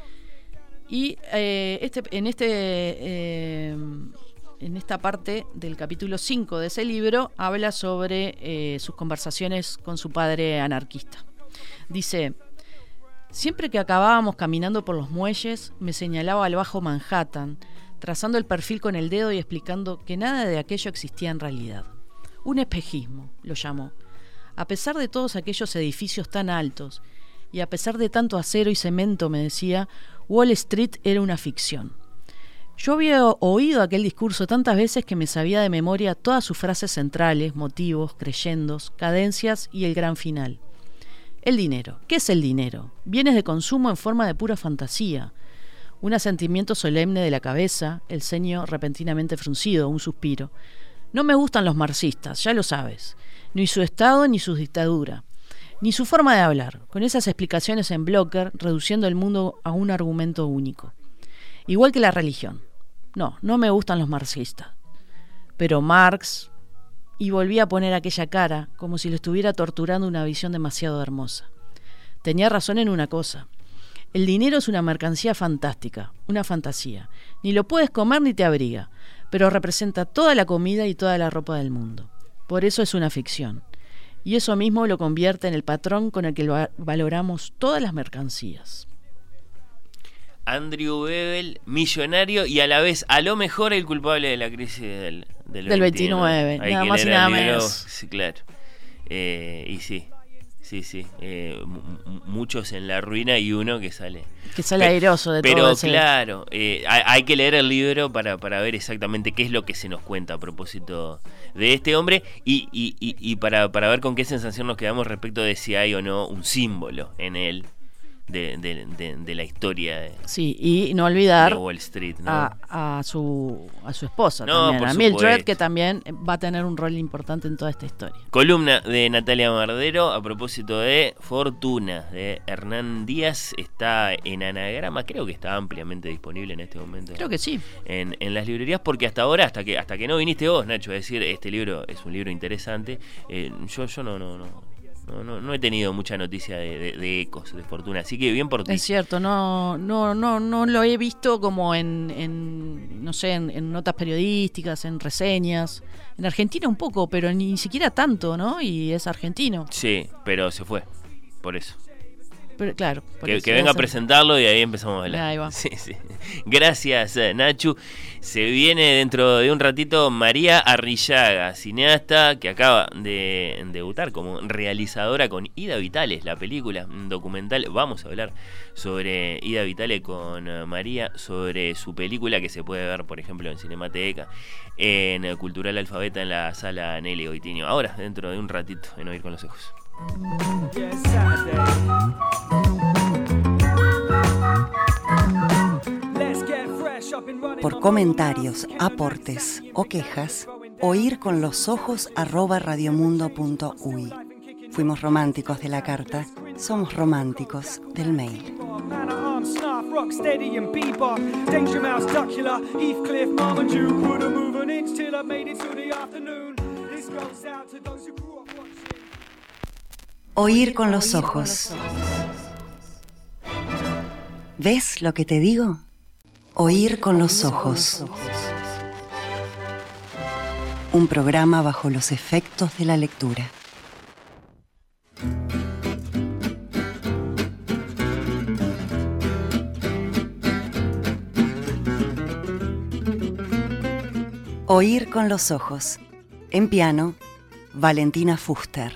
Y eh, este, en, este, eh, en esta parte del capítulo cinco de ese libro habla sobre eh, sus conversaciones con su padre anarquista. Dice: siempre que acabábamos caminando por los muelles, me señalaba al bajo Manhattan, trazando el perfil con el dedo y explicando que nada de aquello existía en realidad. Un espejismo, lo llamó. A pesar de todos aquellos edificios tan altos, y a pesar de tanto acero y cemento, me decía, Wall Street era una ficción. Yo había oído aquel discurso tantas veces que me sabía de memoria todas sus frases centrales, motivos, creyendos, cadencias y el gran final. El dinero. ¿Qué es el dinero? Bienes de consumo en forma de pura fantasía. Un asentimiento solemne de la cabeza, el ceño repentinamente fruncido, un suspiro. No me gustan los marxistas, ya lo sabes. Ni su Estado ni su dictadura. Ni su forma de hablar, con esas explicaciones en bloque, reduciendo el mundo a un argumento único. Igual que la religión. No, no me gustan los marxistas. Pero Marx... Y volví a poner aquella cara, como si lo estuviera torturando una visión demasiado hermosa. Tenía razón en una cosa. El dinero es una mercancía fantástica, una fantasía. Ni lo puedes comer ni te abriga, pero representa toda la comida y toda la ropa del mundo. Por eso es una ficción. Y eso mismo lo convierte en el patrón con el que va- valoramos todas las mercancías.
Andrew Bebel, millonario y a la vez, a lo mejor, el culpable de la crisis del, del,
Del veintinueve,
Hay
nada
que
más y
leer
nada
el libro.
menos.
Sí, claro. Eh, y sí, sí, sí. Eh, m- m- muchos en la ruina y uno que sale.
Que sale
Pe-
airoso de
Pero
todo ese...
claro, eh, hay, hay que leer el libro para, para ver exactamente qué es lo que se nos cuenta a propósito de este hombre y, y, y, y para, para ver con qué sensación nos quedamos respecto de si hay o no un símbolo en él de, de, de, de la historia de,
Sí, y no olvidar
de Wall Street, ¿no?
a, a su a su esposa
No,
también,
por
a Mildred,
supuesto.
que también va a tener un rol importante en toda esta historia.
Columna de Natalia Mardero a propósito de Fortuna de Hernán Díaz. Está en Anagrama, creo que está ampliamente disponible en este momento.
Creo que sí.
En, en las librerías, porque hasta ahora, hasta que hasta que no viniste vos, Nacho, a decir este libro es un libro interesante, eh, yo yo no no no no, no, no he tenido mucha noticia de, de, de ecos de Fortuna, así que bien por ti.
Es cierto, no no no no lo he visto como en, en no sé, en, en notas periodísticas, en reseñas. En Argentina un poco, pero ni siquiera tanto, ¿no? Y es argentino.
Sí, pero se fue, por eso.
Pero claro, por
Que,
eso
que venga a
debe ser-
presentarlo y ahí empezamos a hablar.
Ahí va.
Sí, sí. Gracias, eh, Nachu. Se viene dentro de un ratito María Arrillaga, cineasta que acaba de debutar como realizadora con Ida Vitale, la película, un documental. Vamos a hablar sobre Ida Vitale con eh, María, sobre su película que se puede ver, por ejemplo, en Cinemateca, en eh, Cultural Alfabeta, en la sala Nelly Goitiño. Ahora, dentro de un ratito, en Oír con los Ojos.
Por comentarios, aportes o quejas, oír con los ojos arroba radiomundo punto uy. Fuimos románticos de la carta, somos románticos del mail.
rock steady and bebop. Danger Mouse, Duckula, Heathcliff, Marmaduke. Wouldn't move an inch till I made it to the afternoon. This goes out to those who grew up watching.
Oír con los ojos. ¿Ves lo que te digo? Oír con los ojos. Un programa bajo los efectos de la lectura. Oír con los ojos. En piano, Valentina Fuster.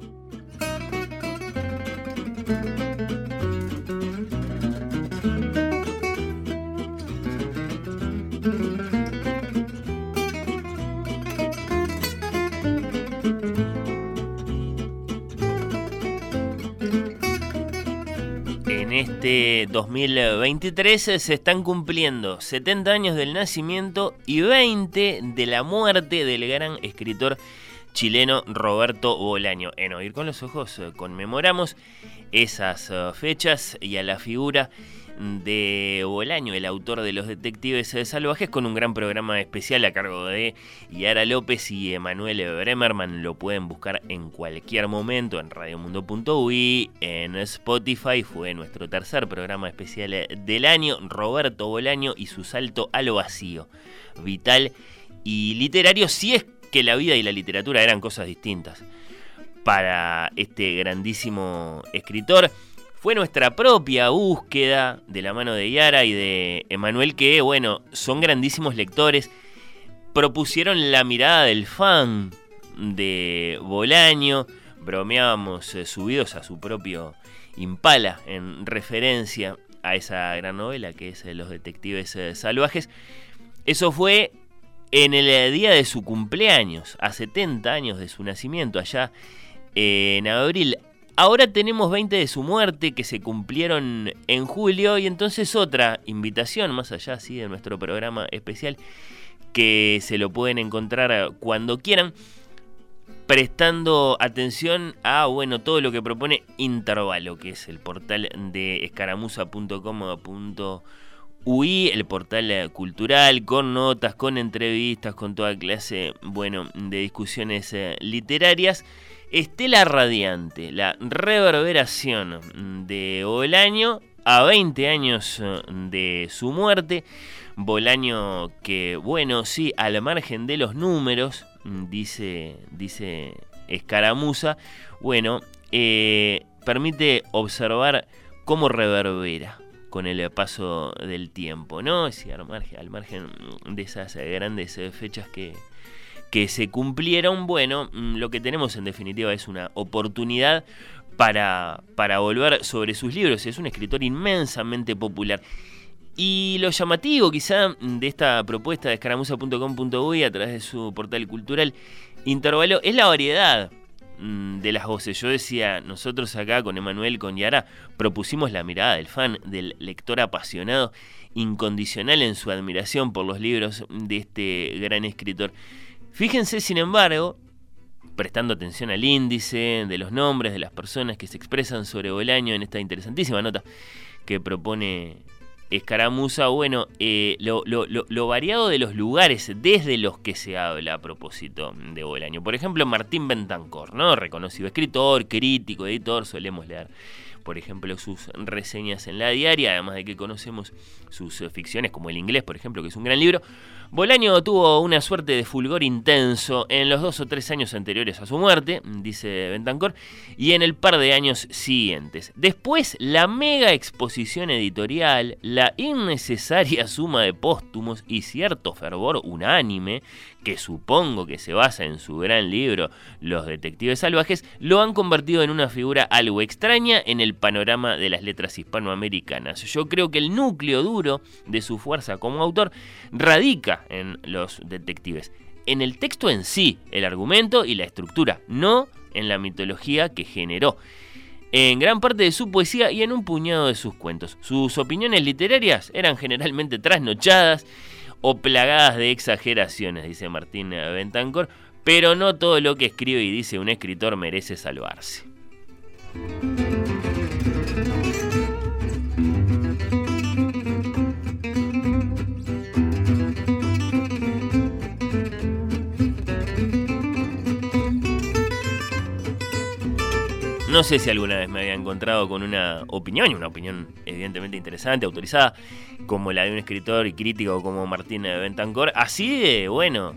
En este dos mil veintitrés se están cumpliendo setenta años del nacimiento y veinte de la muerte del gran escritor chileno Roberto Bolaño. En Oír con los Ojos conmemoramos esas fechas y a la figura de Bolaño, el autor de Los Detectives Salvajes, con un gran programa especial a cargo de Yara López y Emanuel Bremerman. Lo pueden buscar en cualquier momento en radiomundo punto u i, en Spotify. Fue nuestro tercer programa especial del año. Roberto Bolaño y su salto al vacío vital y literario, si es que la vida y la literatura eran cosas distintas para este grandísimo escritor. Fue nuestra propia búsqueda de la mano de Yara y de Emanuel, que, bueno, son grandísimos lectores. Propusieron la mirada del fan de Bolaño. Bromeábamos eh, subidos a su propio Impala en referencia a esa gran novela que es Los Detectives eh, Salvajes. Eso fue en el día de su cumpleaños, a setenta años de su nacimiento, allá eh, en abril. Ahora tenemos veinte de su muerte, que se cumplieron en julio, y entonces otra invitación, más allá así de nuestro programa especial, que se lo pueden encontrar cuando quieran, prestando atención a, bueno, todo lo que propone Intervalo, que es el portal de escaramuza punto com punto u i, el portal cultural, con notas, con entrevistas, con toda clase, bueno, de discusiones eh, literarias. Estela Radiante, la reverberación de Bolaño a veinte años de su muerte. Bolaño que, bueno, sí, al margen de los números, dice, dice Escaramuza, bueno, eh, permite observar cómo reverbera con el paso del tiempo, ¿no? Sí, al margen, al margen de esas grandes fechas que... que se cumplieron, bueno, lo que tenemos en definitiva es una oportunidad para, para volver sobre sus libros. Es un escritor inmensamente popular. Y lo llamativo quizá de esta propuesta de escaramuza punto com punto u i a través de su portal cultural Intervalo es la variedad de las voces. Yo decía, nosotros acá con Emanuel, con Yara, propusimos la mirada del fan, del lector apasionado, incondicional en su admiración por los libros de este gran escritor. Fíjense, sin embargo, prestando atención al índice de los nombres de las personas que se expresan sobre Bolaño en esta interesantísima nota que propone Escaramuza, bueno, eh, lo, lo, lo, lo variado de los lugares desde los que se habla a propósito de Bolaño. Por ejemplo, Martín Bentancor, ¿no? Reconocido escritor, crítico, editor, solemos leer, por ejemplo, sus reseñas en la diaria, además de que conocemos sus ficciones, como El Inglés, por ejemplo, que es un gran libro. Bolaño tuvo una suerte de fulgor intenso en los dos o tres años anteriores a su muerte, dice Bentancor, y en el par de años siguientes. Después, la mega exposición editorial, la innecesaria suma de póstumos y cierto fervor unánime, que supongo que se basa en su gran libro Los Detectives Salvajes, lo han convertido en una figura algo extraña en el panorama de las letras hispanoamericanas. Yo creo que el núcleo duro de su fuerza como autor radica en Los Detectives, en el texto en sí, el argumento y la estructura, no en la mitología que generó, en gran parte de su poesía y en un puñado de sus cuentos. Sus opiniones literarias eran generalmente trasnochadas o plagadas de exageraciones, dice Martín Bentancor, pero no todo lo que escribe y dice un escritor merece salvarse. No sé si alguna vez me había encontrado con una opinión, y una opinión evidentemente interesante, autorizada, como la de un escritor y crítico como Martín Bentancor, así de, bueno,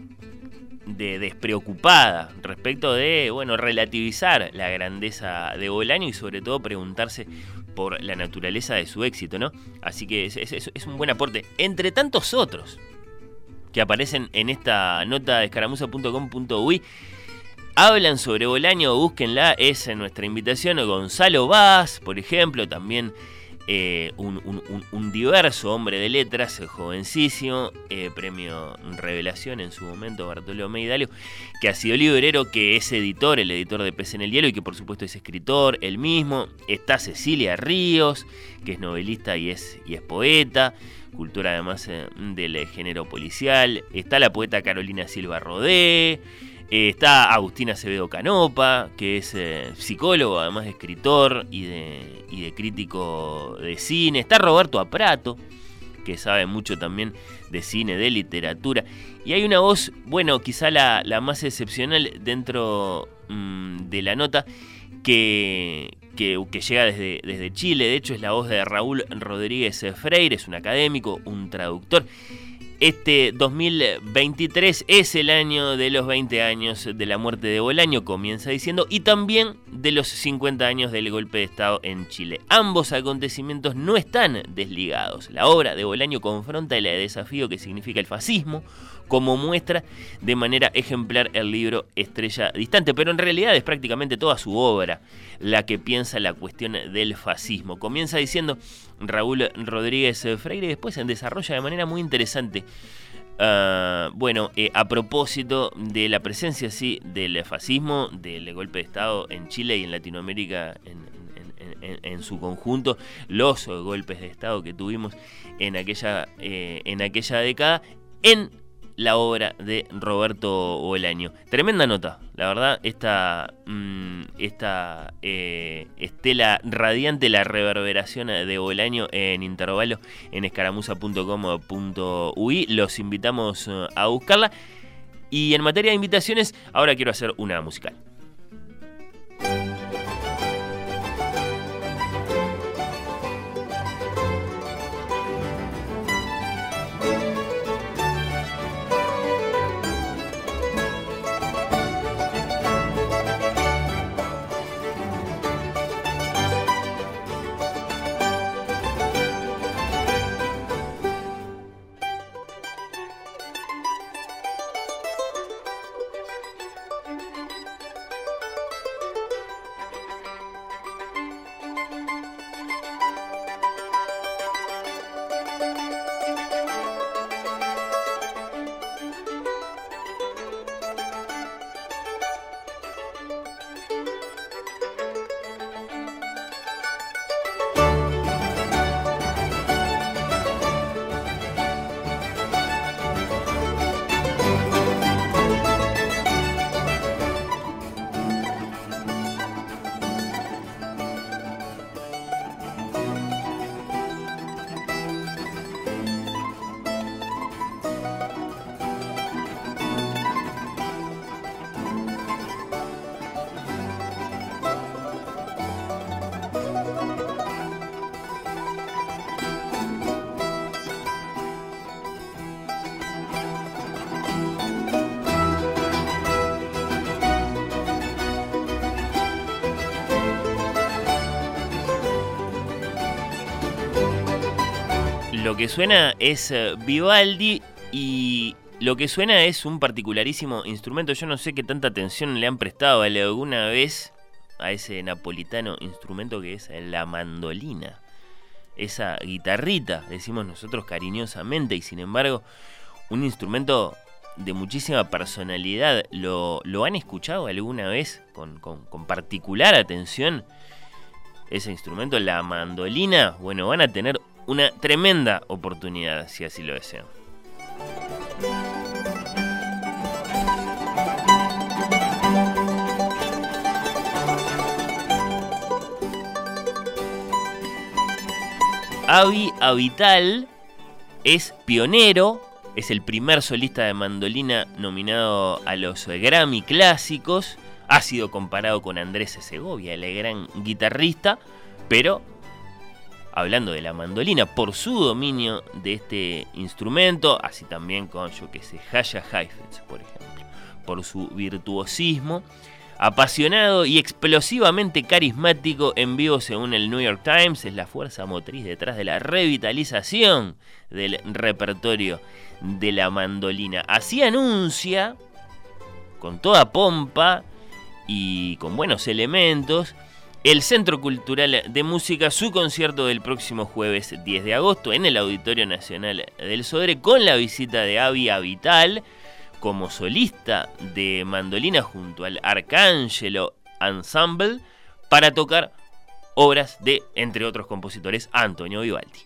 de despreocupada respecto de, bueno, relativizar la grandeza de Bolaño y sobre todo preguntarse por la naturaleza de su éxito, ¿no? Así que es, es, es un buen aporte, entre tantos otros que aparecen en esta nota de escaramuza punto com punto uy. Hablan sobre Bolaño, búsquenla, es nuestra invitación. Gonzalo Vaz, por ejemplo, también eh, un, un, un, un diverso hombre de letras, jovencísimo, eh, premio Revelación en su momento, Bartolomé Hidalgo, que ha sido librero, que es editor, el editor de Pez en el Hielo, y que por supuesto es escritor, él mismo. Está Cecilia Ríos, que es novelista y es, y es poeta, cultura además eh, del género policial. Está la poeta Carolina Silva Rodé. Eh, está Agustín Acevedo Canopa, que es eh, psicólogo, además de escritor y de, y de crítico de cine. Está Roberto Aprato, que sabe mucho también de cine, de literatura. Y hay una voz, bueno, quizá la, la más excepcional dentro mmm, de la nota, que, que, que llega desde, desde Chile. De hecho, es la voz de Raúl Rodríguez Freire, es un académico, un traductor. Este dos mil veintitrés es el año de los veinte años de la muerte de Bolaño, comienza diciendo, y también de los cincuenta años del golpe de Estado en Chile. Ambos acontecimientos no están desligados. La obra de Bolaño confronta el desafío que significa el fascismo, como muestra de manera ejemplar el libro Estrella Distante, pero en realidad es prácticamente toda su obra la que piensa la cuestión del fascismo. Comienza diciendo Raúl Rodríguez Freire y después se desarrolla de manera muy interesante. Uh, bueno, eh, a propósito de la presencia, sí, del fascismo, del golpe de Estado en Chile y en Latinoamérica en, en, en, en su conjunto, los golpes de Estado que tuvimos en aquella, eh, en aquella década, en la obra de Roberto Bolaño. Tremenda nota, la verdad, esta, mmm, esta eh, estela radiante, la reverberación de Bolaño en intervalo en escaramuza punto com punto uy. Los invitamos a buscarla. Y en materia de invitaciones, ahora quiero hacer una musical. Lo que suena es Vivaldi y lo que suena es un particularísimo instrumento. Yo no sé qué tanta atención le han prestado alguna vez a ese napolitano instrumento que es la mandolina. Esa guitarrita, decimos nosotros cariñosamente, y sin embargo, un instrumento de muchísima personalidad. ¿Lo, lo han escuchado alguna vez con, con, con particular atención? Ese instrumento, la mandolina, bueno, van a tener una tremenda oportunidad, si así lo desean. Avi Avital es pionero, es el primer solista de mandolina nominado a los Grammy clásicos. ha sido comparado con Andrés Segovia, el gran guitarrista, pero hablando de la mandolina, por su dominio de este instrumento, así también con, yo que sé, Jascha Heifetz, por ejemplo, por su virtuosismo, apasionado y explosivamente carismático en vivo, según el New York Times, es la fuerza motriz detrás de la revitalización del repertorio de la mandolina. Así anuncia, con toda pompa y con buenos elementos, el Centro Cultural de Música, su concierto del próximo jueves diez de agosto en el Auditorio Nacional del Sodre, con la visita de Avi Avital como solista de mandolina junto al Arcángelo Ensemble para tocar obras de, entre otros compositores, Antonio Vivaldi.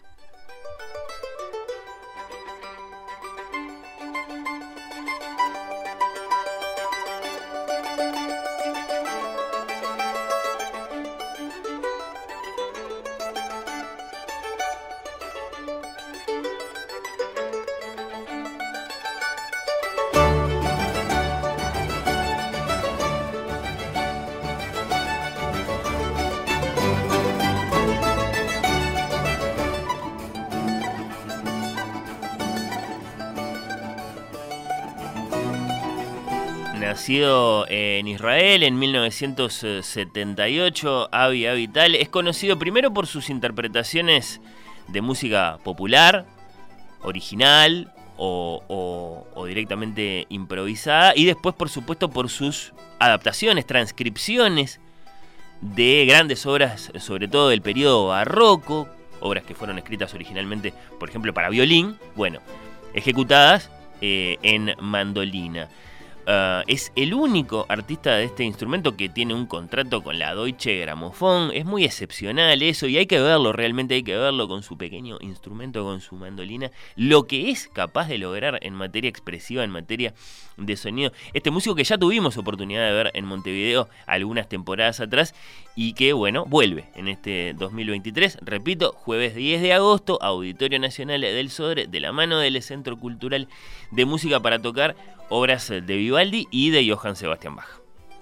Nacido en Israel en mil novecientos setenta y ocho, Avi Avital es conocido primero por sus interpretaciones de música popular, original o, o, o directamente improvisada, y después, por supuesto, por sus adaptaciones, transcripciones de grandes obras, sobre todo del periodo barroco, obras que fueron escritas originalmente, por ejemplo, para violín, bueno, ejecutadas eh, en mandolina. Uh, es el único artista de este instrumento que tiene un contrato con la Deutsche Grammophon. Es muy excepcional eso, y hay que verlo, realmente hay que verlo con su pequeño instrumento, con su mandolina, lo que es capaz de lograr en materia expresiva, en materia de sonido. Este músico que ya tuvimos oportunidad de ver en Montevideo algunas temporadas atrás y que, bueno, vuelve en este dos mil veintitrés, repito, jueves diez de agosto, Auditorio Nacional del Sodre, de la mano del Centro Cultural de Música, para tocar obras de Vivaldi y de Johann Sebastian Bach.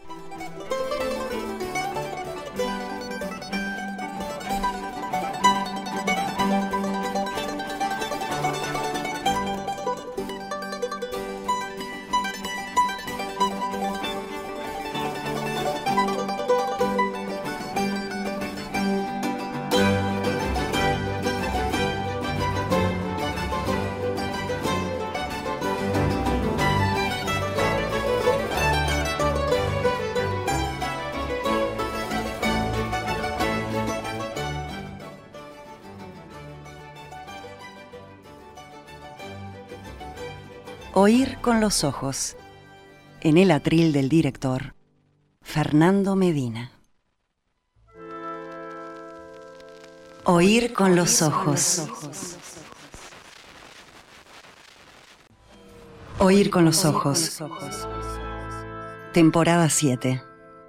Oír con los ojos, en el atril del director Fernando Medina. Oír con los ojos. Oír con los ojos. Temporada siete.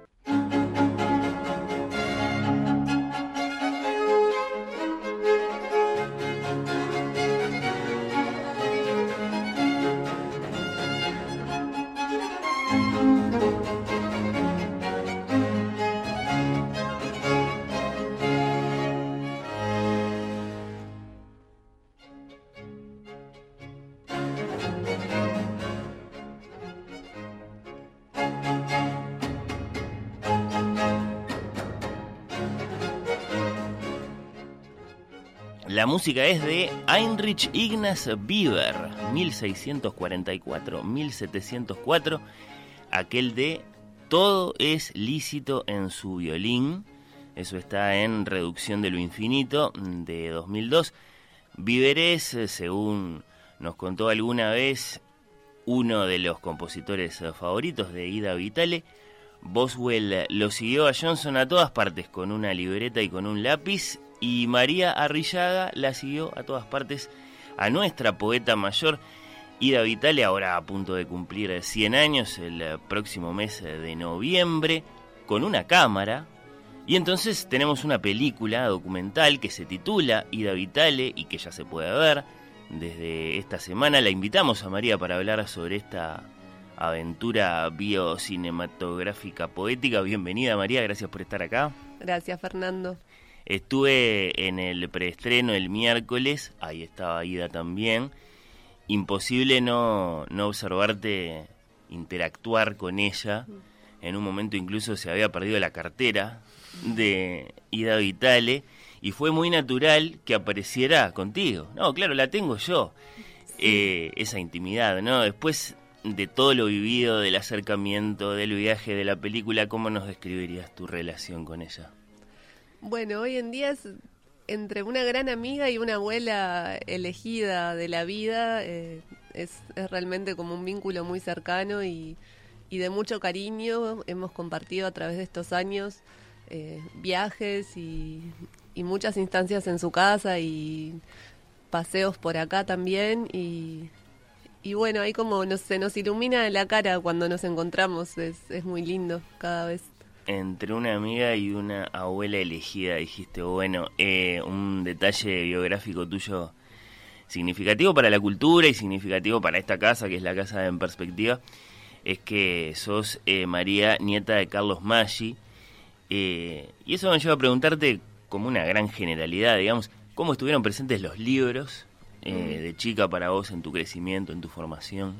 La música es de Heinrich Ignaz Bieber, mil seiscientos cuarenta y cuatro a mil setecientos cuatro, aquel de Todo es lícito en su violín. Eso está en Reducción de lo Infinito, de dos mil dos. Bieber es, según nos contó alguna vez, uno de los compositores favoritos de Ida Vitale. Boswell lo siguió a Johnson a todas partes con una libreta y con un lápiz, y María Arrillaga la siguió a todas partes a nuestra poeta mayor Ida Vitale, ahora a punto de cumplir cien años el próximo mes de noviembre, con una cámara. Y entonces tenemos una película documental que se titula Ida Vitale y que ya se puede ver desde esta semana. La invitamos a María para hablar sobre esta aventura biocinematográfica poética. Bienvenida, María, gracias por estar acá.
Gracias, Fernando.
Estuve en el preestreno el miércoles, ahí estaba Ida también. Imposible no, no observarte interactuar con ella. En un momento incluso se había perdido la cartera de Ida Vitale y fue muy natural que apareciera contigo. No, claro, la tengo yo. Sí. Eh, esa intimidad, ¿no? Después de todo lo vivido, del acercamiento, del viaje, de la película, ¿cómo nos describirías tu relación con ella?
Bueno, hoy en día es entre una gran amiga y una abuela elegida de la vida. Eh, es, es realmente como un vínculo muy cercano y, y de mucho cariño. Hemos compartido a través de estos años eh, viajes y, y muchas instancias en su casa y paseos por acá también. Y, y bueno, ahí como nos, se nos ilumina la cara cuando nos encontramos. Es, es muy lindo cada vez.
Entre una amiga y una abuela elegida, dijiste. Bueno, eh, un detalle biográfico tuyo significativo para la cultura y significativo para esta casa, que es la Casa en Perspectiva, es que sos eh, María, nieta de Carlos Maggi. Eh, y eso me lleva a preguntarte, como una gran generalidad, digamos, ¿cómo estuvieron presentes los libros eh, de chica para vos en tu crecimiento, en tu formación?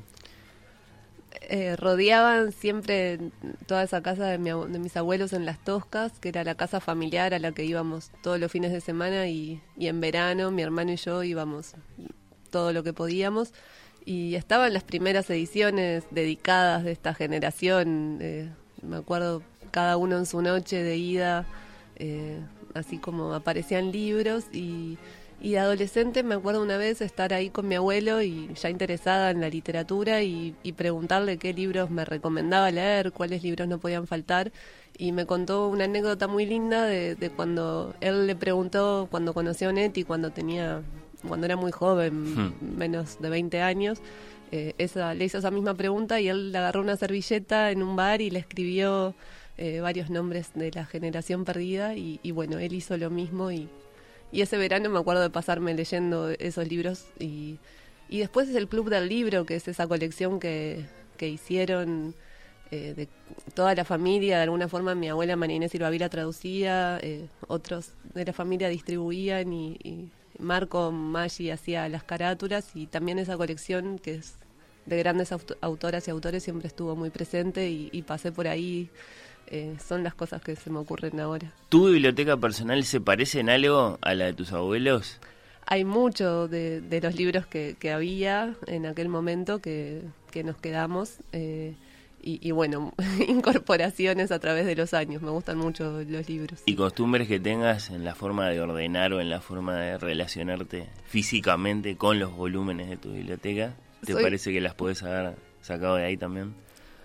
Eh, rodeaban siempre toda esa casa de, mi, de mis abuelos en Las Toscas, que era la casa familiar a la que íbamos todos los fines de semana y, y en verano mi hermano y yo íbamos todo lo que podíamos. Y estaban las primeras ediciones dedicadas de esta generación, eh, me acuerdo cada uno en su noche de ida, eh, así como aparecían libros y... Y de adolescente me acuerdo una vez estar ahí con mi abuelo y ya interesada en la literatura y, y preguntarle qué libros me recomendaba leer, cuáles libros no podían faltar. Y me contó una anécdota muy linda de, de cuando él le preguntó, cuando conoció a Onetti, cuando tenía, cuando era muy joven, hmm. menos de veinte años, eh, esa, le hizo esa misma pregunta y él le agarró una servilleta en un bar y le escribió eh, varios nombres de la generación perdida y, y bueno, él hizo lo mismo y... Y ese verano me acuerdo de pasarme leyendo esos libros y, y después es el Club del Libro, que es esa colección que, que hicieron eh, de toda la familia. De alguna forma mi abuela María Inés Silvavila traducía, eh, otros de la familia distribuían y, y Marco Maggi hacía las carátulas y también esa colección que es de grandes aut- autoras y autores siempre estuvo muy presente y, y pasé por ahí. Eh, son las cosas que se me ocurren ahora.
¿Tu biblioteca personal se parece en algo a la de tus abuelos?
Hay mucho de, de los libros que, que había en aquel momento que, que nos quedamos eh, y, y bueno, incorporaciones a través de los años. Me gustan mucho los libros.
¿Y costumbres que tengas en la forma de ordenar o en la forma de relacionarte físicamente con los volúmenes de tu biblioteca? ¿Te Soy... parece que las podés haber sacado de ahí también?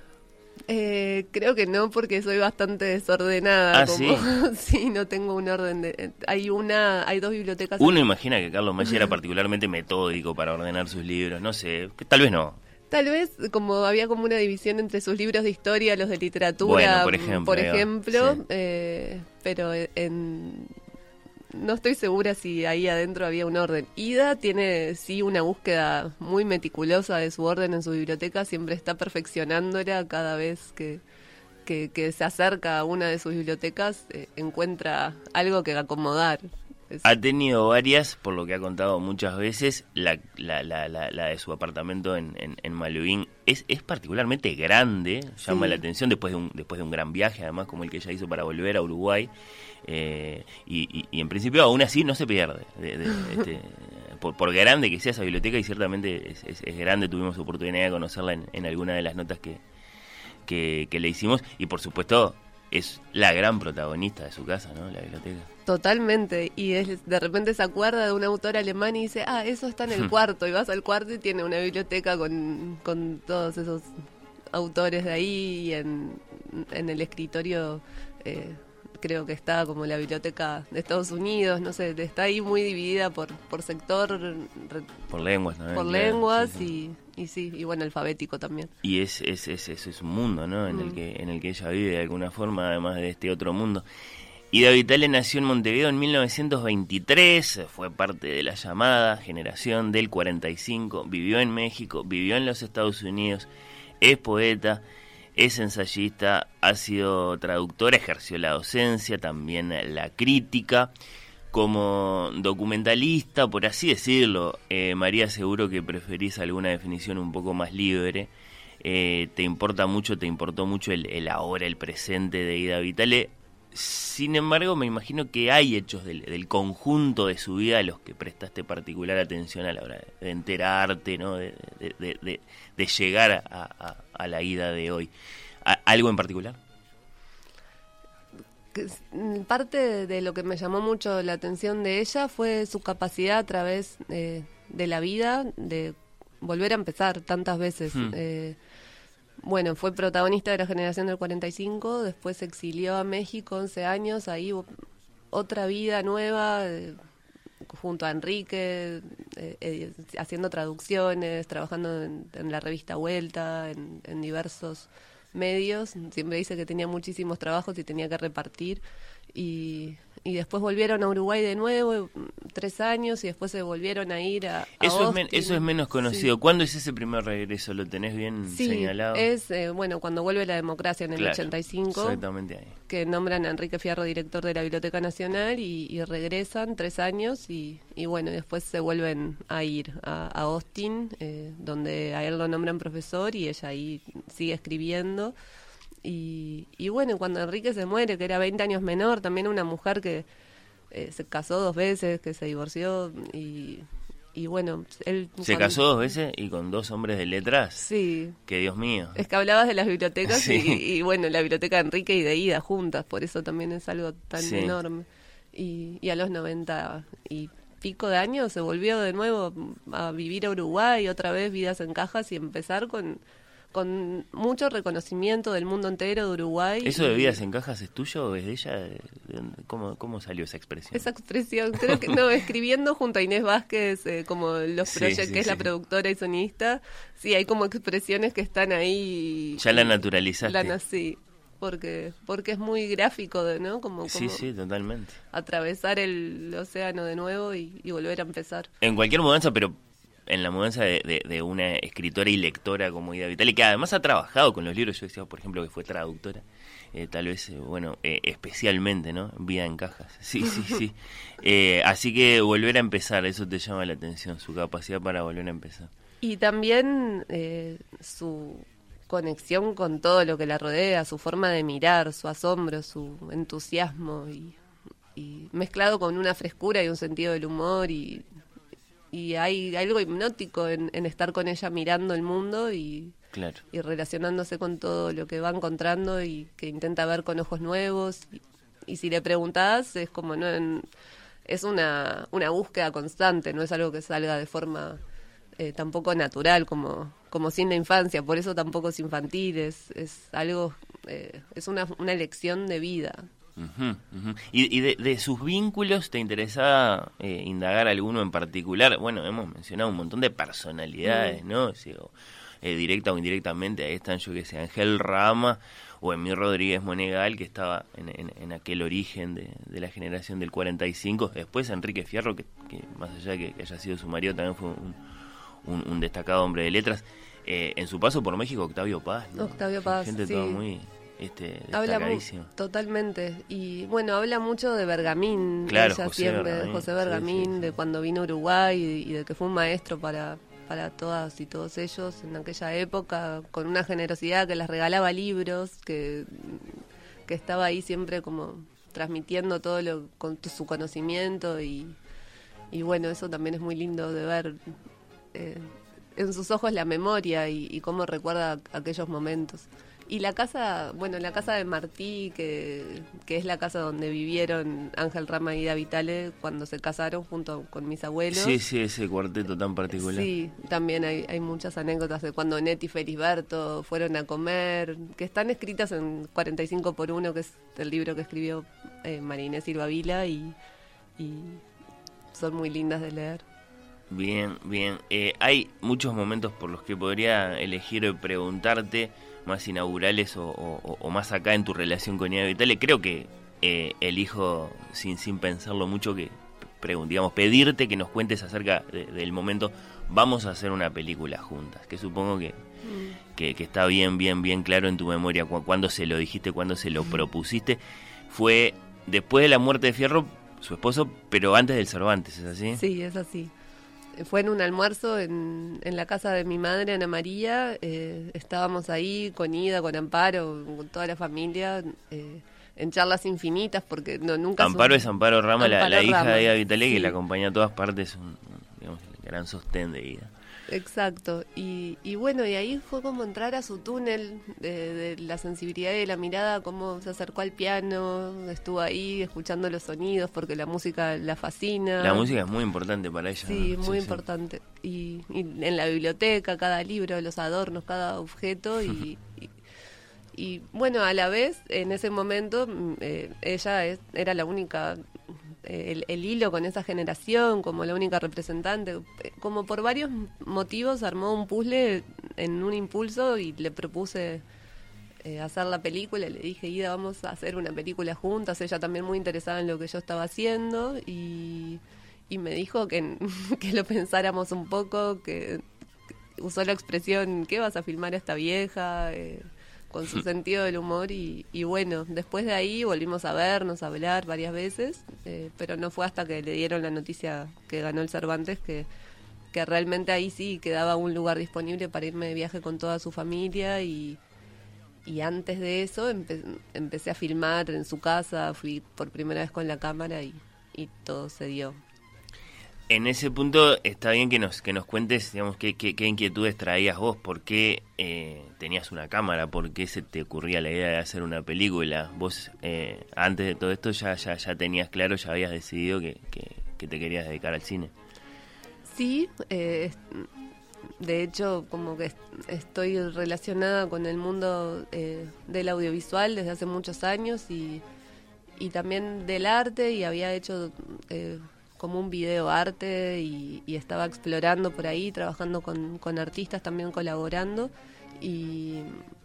Eh, creo que no, porque soy bastante desordenada.
Ah,
como,
sí.
Sí, no tengo un orden. De, hay una, hay dos bibliotecas.
Uno imagina que Carlos Maggi era particularmente metódico para ordenar sus libros. No sé, que tal vez no.
Tal vez como había como una división entre sus libros de historia, los de literatura,
bueno, por ejemplo,
por ejemplo
sí.
eh, pero en no estoy segura si ahí adentro había un orden. Ida tiene sí una búsqueda muy meticulosa de su orden en su biblioteca, siempre está perfeccionándola cada vez que, que, que se acerca a una de sus bibliotecas, eh, encuentra algo que acomodar. Es...
Ha tenido varias, por lo que ha contado muchas veces, la, la, la, la, la de su apartamento en, en, en Malvin es, es particularmente grande, llama sí. la atención después de, un, después de un gran viaje, además como el que ella hizo para volver a Uruguay, eh, y, y, y en principio aún así no se pierde, de, de, este, por, por grande que sea esa biblioteca, y ciertamente es, es, es grande, tuvimos oportunidad de conocerla en, en alguna de las notas que, que, que le hicimos, y por supuesto es la gran protagonista de su casa, ¿no? La biblioteca.
Totalmente, y es, de repente se acuerda de un autor alemán y dice, ah, eso está en el cuarto, y vas al cuarto y tiene una biblioteca con, con todos esos autores de ahí, y en, en el escritorio eh, creo que está como la biblioteca de Estados Unidos, no sé, está ahí muy dividida por, por sector,
por lenguas, ¿no?
Por
claro,
lenguas
sí, sí.
y y sí, y bueno, alfabético también.
Y es es es, es, es un mundo, ¿no? En mm. el que en el que ella vive de alguna forma, además de este otro mundo. Ida Vitale nació en Montevideo en mil novecientos veintitrés, fue parte de la llamada generación del cuarenta y cinco, vivió en México, vivió en los Estados Unidos, es poeta, es ensayista, ha sido traductora, ejerció la docencia, también la crítica. Como documentalista, por así decirlo, eh, María, seguro que preferís alguna definición un poco más libre. Eh, te importa mucho, te importó mucho el, el ahora, el presente de Ida Vitale. Sin embargo, me imagino que hay hechos del, del conjunto de su vida a los que prestaste particular atención a la hora de enterarte, ¿no? de, de, de, de, de llegar a, a, a la Ida de hoy. ¿Algo en particular?
Parte de lo que me llamó mucho la atención de ella fue su capacidad a través eh, de la vida de volver a empezar tantas veces. Hmm. Eh, bueno, fue protagonista de la generación del cuarenta y cinco, después se exilió a México once años, ahí otra vida nueva, eh, junto a Enrique, eh, eh, haciendo traducciones, trabajando en, en la revista Vuelta, en, en diversos medios. Siempre dice que tenía muchísimos trabajos y tenía que repartir, y, y después volvieron a Uruguay de nuevo, tres años, y después se volvieron a ir a, a
eso,
Austin.
es men, eso es menos conocido. Sí. ¿Cuándo es ese primer regreso? ¿Lo tenés bien
sí,
señalado?
Es, eh, bueno, cuando vuelve la democracia en el
claro,
ochenta y cinco,
exactamente ahí.
Que nombran a Enrique Fierro director de la Biblioteca Nacional, y, y regresan tres años, y, y bueno, después se vuelven a ir a, a Austin, eh, donde a él lo nombran profesor, y ella ahí sigue escribiendo. Y, y bueno, cuando Enrique se muere, que era veinte años menor, también una mujer que eh, se casó dos veces, que se divorció, y, y bueno, él...
¿Se cuando... casó dos veces y con dos hombres de letras?
Sí.
Que Dios mío.
Es que hablabas de las bibliotecas,
sí.
y, y bueno, la biblioteca de Enrique y de Ida juntas, por eso también es algo tan
sí.
enorme. Y, y a los noventa y pico de años se volvió de nuevo a vivir a Uruguay, otra vez Vidas en Cajas, y empezar con... con mucho reconocimiento del mundo entero de Uruguay.
¿Eso de Vidas en Cajas es tuyo o es de ella? ¿Cómo, cómo salió esa expresión?
Esa expresión, creo que no, escribiendo junto a Inés Vázquez, eh, como los
sí,
proyectos,
sí,
que es
sí.
la productora y sonista, sí, hay como expresiones que están ahí.
Ya la naturalizaste.
La nací, porque, porque es muy gráfico, ¿no? Como, como
sí, sí, totalmente.
Atravesar el océano de nuevo y, y volver a empezar.
En cualquier mudanza, pero... en la mudanza de, de, de una escritora y lectora como Ida Vitale, que además ha trabajado con los libros. Yo decía, por ejemplo, que fue traductora, eh, tal vez, eh, bueno, eh, especialmente, ¿no? Vida en Cajas. Sí, sí, sí. Eh, así que volver a empezar, eso te llama la atención, su capacidad para volver a empezar.
Y también eh, su conexión con todo lo que la rodea, su forma de mirar, su asombro, su entusiasmo, y, y mezclado con una frescura y un sentido del humor, y... y hay algo hipnótico en, en estar con ella mirando el mundo y,
claro.
y relacionándose con todo lo que va encontrando y que intenta ver con ojos nuevos. Y, y si le preguntás, es como no en, es una, una búsqueda constante, no es algo que salga de forma eh, tampoco natural como, como sin la infancia, por eso tampoco es infantil, es, es algo, eh, es una, una elección de vida.
Uh-huh, uh-huh. Y, y de, de sus vínculos, ¿te interesaba eh, indagar alguno en particular? Bueno, hemos mencionado un montón de personalidades, mm. ¿no? Sí, o, eh, directa o indirectamente, ahí están, yo que sé, Ángel Rama o Emir Rodríguez Monegal, que estaba en, en, en aquel origen de, de la generación del cuarenta y cinco. Después Enrique Fierro, que, que más allá de que, que haya sido su marido, también fue un, un, un destacado hombre de letras. Eh, en su paso por México, Octavio Paz, ¿no?
Octavio Paz,
gente
sí.
toda muy... Este,
habla mu- totalmente, y bueno, habla mucho de Bergamín,
claro,
ella
José
siempre,
Bergamín,
José Bergamín,
sí, sí, sí.
de cuando vino a Uruguay, y, y de que fue un maestro para, para todas y todos ellos en aquella época, con una generosidad, que les regalaba libros, que, que estaba ahí siempre como transmitiendo todo lo con tu, su conocimiento, y, y bueno, eso también es muy lindo de ver eh, en sus ojos la memoria y, y cómo recuerda aquellos momentos. Y la casa, bueno, la casa de Martí, que, que es la casa donde vivieron Ángel Rama y Ida Vitale cuando se casaron junto con mis abuelos.
Sí, sí, ese cuarteto tan particular.
Sí, también hay, hay muchas anécdotas de cuando Neti y Felisberto fueron a comer, que están escritas en cuarenta y cinco por uno, que es el libro que escribió eh, María Inés Silva Vila, y, y son muy lindas de leer.
Bien, bien. Eh, hay muchos momentos por los que podría elegir preguntarte, más inaugurales o, o, o más acá en tu relación con Ida Vitale. Creo que eh, elijo, sin sin pensarlo mucho, que pregun- digamos, pedirte que nos cuentes acerca de, del momento vamos a hacer una película juntas, que supongo que, mm. que, que está bien, bien, bien claro en tu memoria cu- cuando se lo dijiste, cuando se lo propusiste. Fue después de la muerte de Fierro, su esposo, pero antes del Cervantes, ¿es así?
Sí, es así. Fue en un almuerzo en, en la casa de mi madre, Ana María. Eh, estábamos ahí con Ida, con Amparo, con toda la familia, eh, en charlas infinitas, porque no nunca...
Amparo
son...
es Amparo Rama,
Amparo
la, la hija
Rama,
de Ida Vitale,
sí.
que la acompaña a todas partes, un, un, digamos, el gran sostén de Ida.
Exacto, y, y bueno, y ahí fue como entrar a su túnel de, de la sensibilidad y de la mirada, cómo se acercó al piano, estuvo ahí escuchando los sonidos, porque la música la fascina.
La música es muy importante para ella.
Sí,
¿no?
muy
sí,
importante. Sí. Y, y en la biblioteca, cada libro, los adornos, cada objeto, y, y, y bueno, a la vez, en ese momento, eh, ella es, era la única... El, el hilo con esa generación, como la única representante, como por varios motivos armó un puzzle en un impulso y le propuse eh, hacer la película. Le dije, Ida, vamos a hacer una película juntas. Ella también muy interesada en lo que yo estaba haciendo y, y me dijo que, que lo pensáramos un poco, que, que usó la expresión, ¿qué vas a filmar a esta vieja? Eh, con su sentido del humor y, y bueno, después de ahí volvimos a vernos, a hablar varias veces, eh, pero no fue hasta que le dieron la noticia que ganó el Cervantes que, que realmente ahí sí quedaba un lugar disponible para irme de viaje con toda su familia y, y antes de eso empe- empecé a filmar en su casa, fui por primera vez con la cámara y, y todo se dio.
En ese punto está bien que nos que nos cuentes, digamos, qué, qué, qué inquietudes traías vos, por qué eh, tenías una cámara, por qué se te ocurría la idea de hacer una película. Vos, eh, antes de todo esto, ya ya ya tenías claro, ya habías decidido que, que, que te querías dedicar al cine.
Sí, eh, de hecho, como que estoy relacionada con el mundo eh, del audiovisual desde hace muchos años y, y también del arte, y había hecho... Eh, como un video arte y, y estaba explorando por ahí, trabajando con, con artistas, también colaborando y,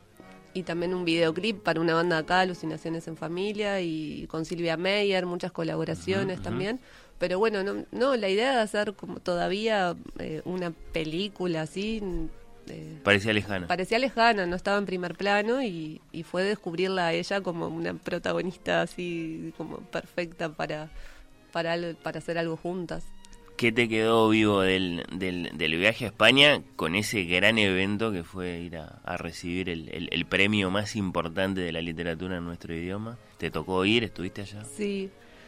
y también un videoclip para una banda acá, Alucinaciones en Familia, y con Silvia Meyer, muchas colaboraciones uh-huh, también, uh-huh. Pero bueno, no, no, la idea de hacer como todavía eh, una película así... Eh,
parecía lejana.
Parecía lejana, no estaba en primer plano y, y fue descubrirla a ella como una protagonista así como perfecta para... Para, para hacer algo juntas.
¿Qué te quedó vivo del, del, del viaje a España con ese gran evento que fue ir a, a recibir el, el, el premio más importante de la literatura en nuestro idioma? ¿Te tocó ir? ¿Estuviste allá?
Sí.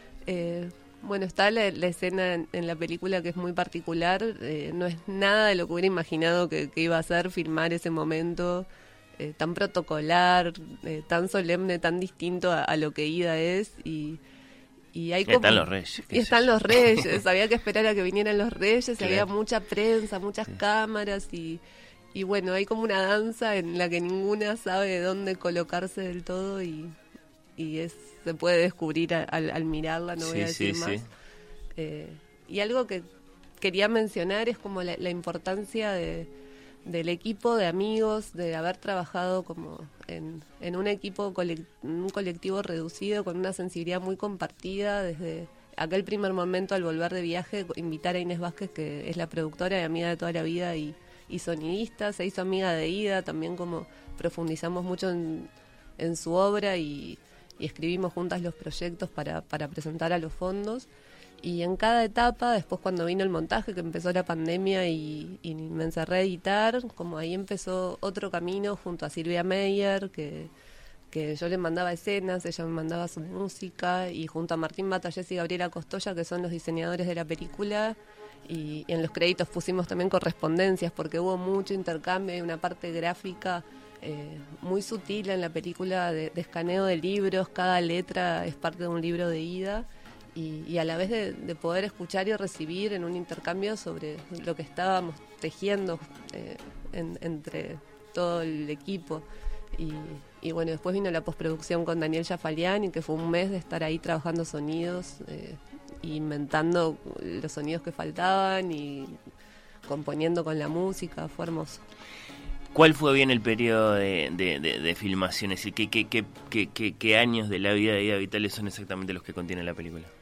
Eh, bueno, está la, la escena en, en la película que es muy particular. Eh, no es nada de lo que hubiera imaginado que, que iba a ser filmar ese momento eh, tan protocolar, eh, tan solemne, tan distinto a, a lo que Ida es y... Y hay como,
están los reyes.
Y están los reyes, había que esperar a que vinieran los reyes, claro. Había mucha prensa, muchas sí. cámaras y, y bueno, hay como una danza en la que ninguna sabe de dónde colocarse del todo y, y es se puede descubrir a, al, al mirarla, no voy
sí,
a decir
sí,
más.
Sí.
Eh, y algo que quería mencionar es como la, la importancia de... del equipo de amigos, de haber trabajado como en, en un equipo, colect, un colectivo reducido, con una sensibilidad muy compartida, desde aquel primer momento al volver de viaje, invitar a Inés Vázquez, que es la productora y amiga de toda la vida y, y sonidista, se hizo amiga de Ida, también como profundizamos mucho en, en su obra y, y escribimos juntas los proyectos para, para presentar a los fondos. Y en cada etapa, después cuando vino el montaje, que empezó la pandemia y, y me encerré a editar, como ahí empezó otro camino junto a Silvia Meyer, que, que yo le mandaba escenas, ella me mandaba su música, y junto a Martín Batallés y Gabriela Costoya, que son los diseñadores de la película, y, y en los créditos pusimos también correspondencias, porque hubo mucho intercambio, hay una parte gráfica eh, muy sutil en la película, de, de escaneo de libros, cada letra es parte de un libro de Ida, Y, y a la vez de, de poder escuchar y recibir en un intercambio sobre lo que estábamos tejiendo eh, en, entre todo el equipo. Y, y bueno, después vino la postproducción con Daniel Jafaliani, que fue un mes de estar ahí trabajando sonidos, eh, inventando los sonidos que faltaban y componiendo con la música, fue hermoso.
¿Cuál fue bien el periodo de, de, de, de filmaciones y qué, qué, qué, qué, qué, qué años de la vida de Ida Vitale son exactamente los que contiene la película?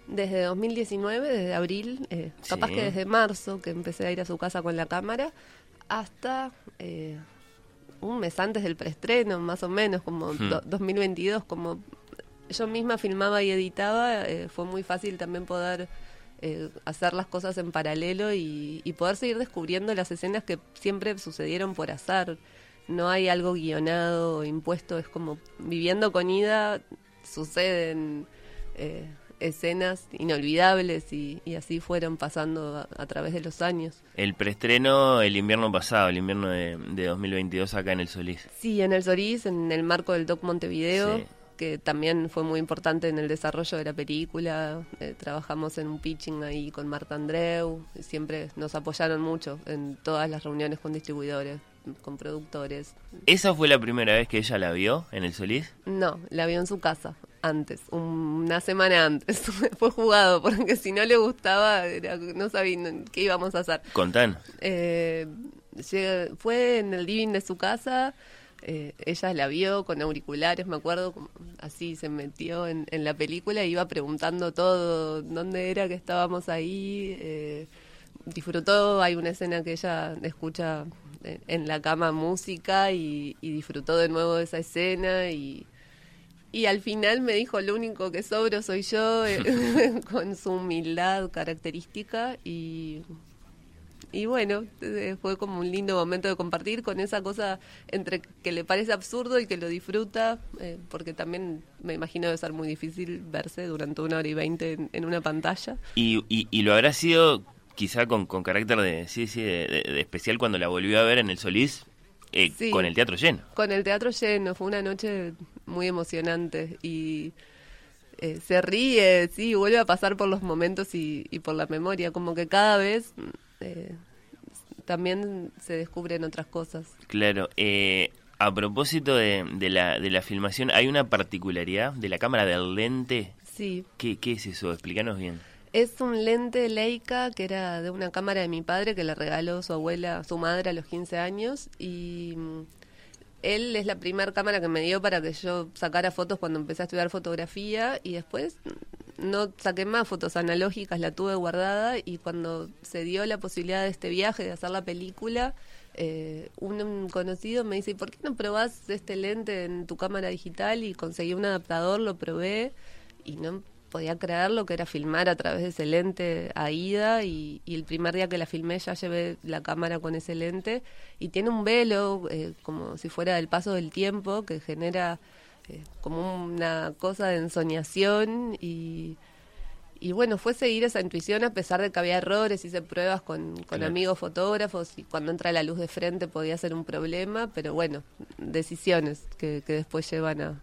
Desde dos mil diecinueve, desde abril, eh, capaz
Sí.
que desde marzo, que empecé a ir a su casa con la cámara, hasta eh, un mes antes del preestreno, más o menos, como
Hmm.
do- dos mil veintidós, como yo misma filmaba y editaba, eh, fue muy fácil también poder eh, hacer las cosas en paralelo y, y poder seguir descubriendo las escenas que siempre sucedieron por azar. No hay algo guionado o impuesto, es como viviendo con Ida suceden eh, escenas inolvidables y, y así fueron pasando a, a través de los años.
El preestreno el invierno pasado, el invierno de, de dos mil veintidós acá en el Solís.
Sí, en el Solís, en el marco del Doc Montevideo,
Sí.
que también fue muy importante en el desarrollo de la película. Eh, trabajamos en un pitching ahí con Marta Andreu, y siempre nos apoyaron mucho en todas las reuniones con distribuidores, con productores.
¿Esa fue la primera vez que ella la vio en el Solís?
No, la vio en su casa, antes, un- una semana antes. Fue jugado, porque si no le gustaba, era- no sabían qué íbamos a hacer.
Contanos.
Eh, llega- fue en el living de su casa, eh, ella la vio con auriculares, me acuerdo, como así se metió en, en la película y iba preguntando todo, dónde era que estábamos ahí, eh, disfrutó, hay una escena que ella escucha eh, en la cama música y, y disfrutó de nuevo de esa escena y... Y al final me dijo, lo único que sobro soy yo, eh, con su humildad característica. Y, y bueno, eh, fue como un lindo momento de compartir con esa cosa entre que le parece absurdo y que lo disfruta, eh, porque también me imagino debe ser muy difícil verse durante una hora y veinte en, en una pantalla.
Y, y, y lo habrá sido quizá con, con carácter de, sí, sí, de, de- de especial cuando la volvió a ver en el Solís, eh,
Sí.
con el teatro lleno.
Con el teatro lleno, fue una noche muy emocionante y eh, se ríe, sí, vuelve a pasar por los momentos y, y por la memoria, como que cada vez eh, también se descubren otras cosas.
Claro. Eh, a propósito de, de, la, de la filmación, ¿hay una particularidad de la cámara del lente?
Sí,
¿Qué, qué es eso? Explícanos bien.
es un lente Leica que era de una cámara de mi padre que le regaló su abuela, su madre a los quince años y mm, él es la primera cámara que me dio para que yo sacara fotos cuando empecé a estudiar fotografía y después mm, no saqué más fotos analógicas, la tuve guardada y cuando se dio la posibilidad de este viaje, de hacer la película, eh, un, un conocido me dice, ¿por qué no probás este lente en tu cámara digital? Y conseguí un adaptador, lo probé y no podía creer lo que era filmar a través de ese lente a Ida y, y el primer día que la filmé ya llevé la cámara con ese lente y tiene un velo eh, como si fuera del paso del tiempo que genera eh, como una cosa de ensoñación y, y bueno, fue seguir esa intuición a pesar de que había errores, hice pruebas con, con
Claro.
amigos fotógrafos y cuando entra la luz de frente podía ser un problema, pero bueno, decisiones que, que después llevan a...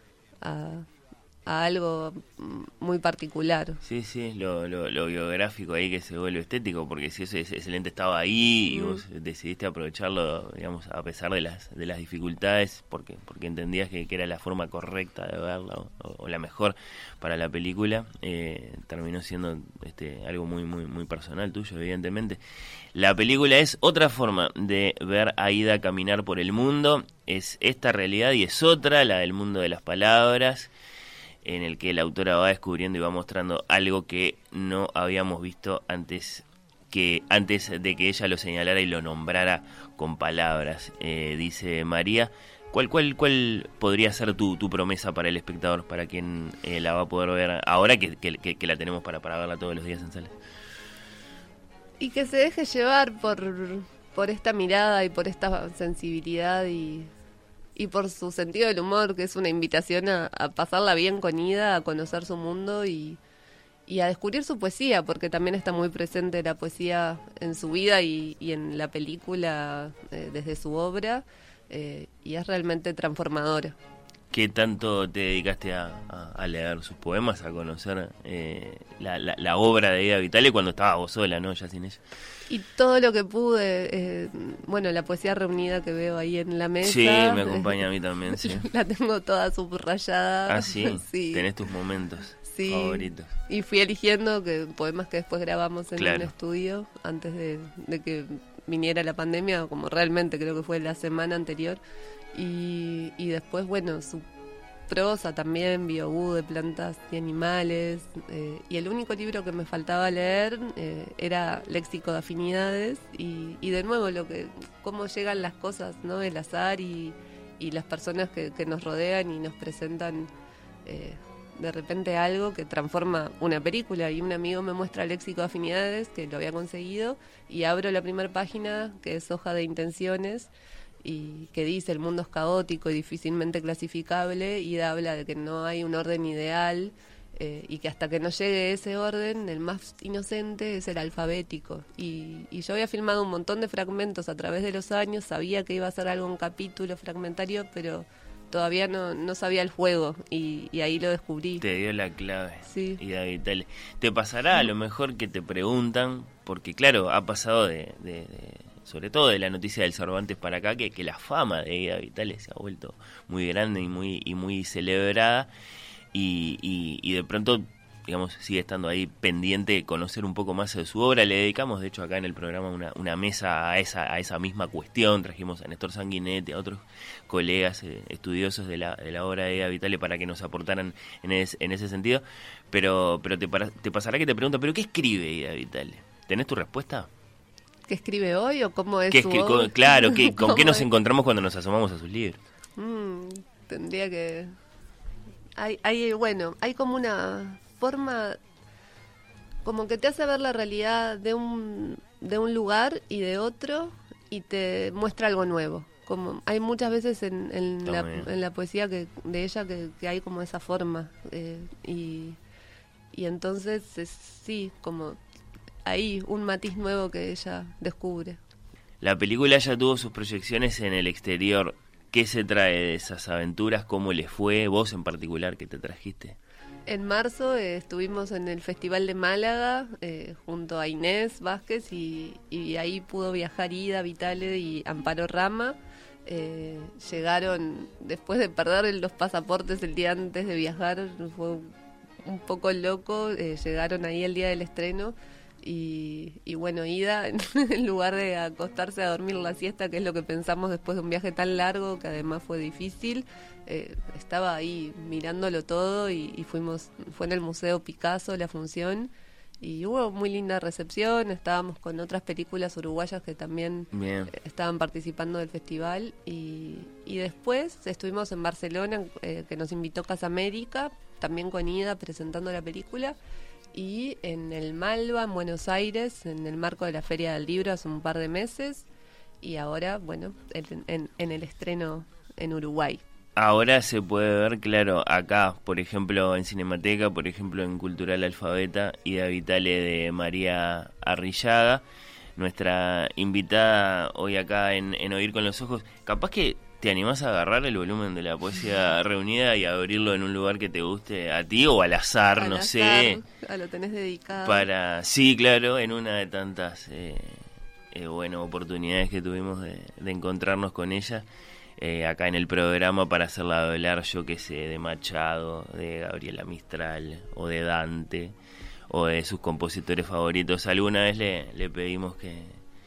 a a algo mm, muy particular.
Sí, sí, lo, lo, lo biográfico ahí que se vuelve estético, porque si ese, ese lente estaba ahí y
Mm.
vos decidiste aprovecharlo, digamos, a pesar de las de las dificultades, porque porque entendías que, que era la forma correcta de verla o, o la mejor para la película, eh, terminó siendo este algo muy muy muy personal tuyo, evidentemente. La película es otra forma de ver a Ida caminar por el mundo, es esta realidad y es otra, la del mundo de las palabras, en el que la autora va descubriendo y va mostrando algo que no habíamos visto antes que antes de que ella lo señalara y lo nombrara con palabras. Eh, dice María, ¿cuál cuál cuál podría ser tu, tu promesa para el espectador, para quien eh, la va a poder ver ahora que, que, que, que la tenemos para, para verla todos los días en sala?
Y que se deje llevar por, por esta mirada y por esta sensibilidad y, y por su sentido del humor, que es una invitación a, a pasarla bien con Ida, a conocer su mundo y, y a descubrir su poesía, porque también está muy presente la poesía en su vida y, y en la película eh, desde su obra, eh, y es realmente transformadora.
¿Qué tanto te dedicaste a, a, a leer sus poemas, a conocer eh, la, la, la obra de Ida Vitale cuando estaba vos sola, ¿no? Ya sin ella.
Y todo lo que pude, eh, bueno, la poesía reunida que veo ahí en la mesa.
Sí, me acompaña a mí también, sí.
La tengo toda subrayada.
Ah, sí,
Sí.
tenés tus momentos
Sí.
favoritos.
Y fui eligiendo que poemas que después grabamos en
Claro.
un estudio antes de, de que viniera la pandemia, como realmente creo que fue la semana anterior. Y, y después, bueno, su prosa también, biogú de plantas y animales, eh, y el único libro que me faltaba leer eh, era Léxico de Afinidades, y, y de nuevo lo que cómo llegan las cosas, ¿no? El azar y, y las personas que, que nos rodean y nos presentan eh, de repente algo que transforma una película. Y un amigo me muestra Léxico de Afinidades, que lo había conseguido, y abro la primera página, que es Hoja de Intenciones, y que dice el mundo es caótico y difícilmente clasificable, y habla de que no hay un orden ideal, eh, y que hasta que no llegue ese orden, el más inocente es el alfabético. Y, y yo había filmado un montón de fragmentos a través de los años, sabía que iba a ser algo, un capítulo fragmentario, pero todavía no, no sabía el juego, y, y ahí lo descubrí.
Te dio la clave.
Sí.
Ida Vitale. Te pasará a lo mejor que te preguntan, porque claro, ha pasado de... de, de sobre todo de la noticia del Cervantes para acá, que, que la fama de Ida Vitale se ha vuelto muy grande y muy y muy celebrada, y, y, y de pronto, digamos, sigue estando ahí pendiente de conocer un poco más de su obra. Le dedicamos, de hecho, acá en el programa una, una mesa a esa a esa misma cuestión. Trajimos a Néstor Sanguinetti, a otros colegas eh, estudiosos de la, de la obra de Ida Vitale para que nos aportaran en, es, en ese sentido. Pero pero te, para, te pasará que te preguntan, ¿pero qué escribe Ida Vitale? ¿Tenés tu respuesta?
¿Qué escribe hoy o cómo es
¿Qué
su
escri-
obra?
con, claro, ¿qué, ¿con qué nos
es?
encontramos cuando nos asomamos a sus libros?
Mm, tendría que... Hay, hay, bueno, hay como una forma... Como que te hace ver la realidad de un, de un lugar y de otro, y te muestra algo nuevo. Como hay muchas veces en, en, la, en la poesía que, de ella que, que hay como esa forma. Eh, y, y entonces, es, sí, como... ahí un matiz nuevo que ella descubre.
La película ya tuvo sus proyecciones en el exterior. ¿Qué se trae de esas aventuras? ¿Cómo les fue? ¿Vos en particular qué te trajiste?
En marzo eh, estuvimos en el Festival de Málaga eh, junto a Inés Vázquez, y, y ahí pudo viajar Ida Vitale y Amparo Rama. Eh, llegaron, después de perder los pasaportes el día antes de viajar, fue un poco loco, eh, llegaron ahí el día del estreno. Y, y bueno, Ida, en lugar de acostarse a dormir la siesta, que es lo que pensamos después de un viaje tan largo, que además fue difícil, eh, estaba ahí mirándolo todo, y, y fuimos, fue en el Museo Picasso la función, y hubo muy linda recepción. Estábamos con otras películas uruguayas que también
Bien.
estaban participando del festival, y, y después estuvimos en Barcelona, eh, que nos invitó Casa América, también con Ida presentando la película, y en el Malva, en Buenos Aires, en el marco de la Feria del Libro hace un par de meses, y ahora, bueno, en, en, en el estreno en Uruguay.
Ahora se puede ver, claro, acá, por ejemplo, en Cinemateca, por ejemplo, en Cultural Alfabeta, Ida Vitale de María Arrillaga, nuestra invitada hoy acá en, en Oír con los Ojos. Capaz que te animás a agarrar el volumen de la poesía reunida y abrirlo en un lugar que te guste a ti o al azar,
Al
no
azar,
sé.
a lo tenés dedicado.
Para, sí, claro, en una de tantas eh, eh, bueno, oportunidades que tuvimos de, de encontrarnos con ella. Eh, acá en el programa para hacerla hablar, yo que sé, de Machado, de Gabriela Mistral o de Dante o de sus compositores favoritos. Alguna vez le, le pedimos que,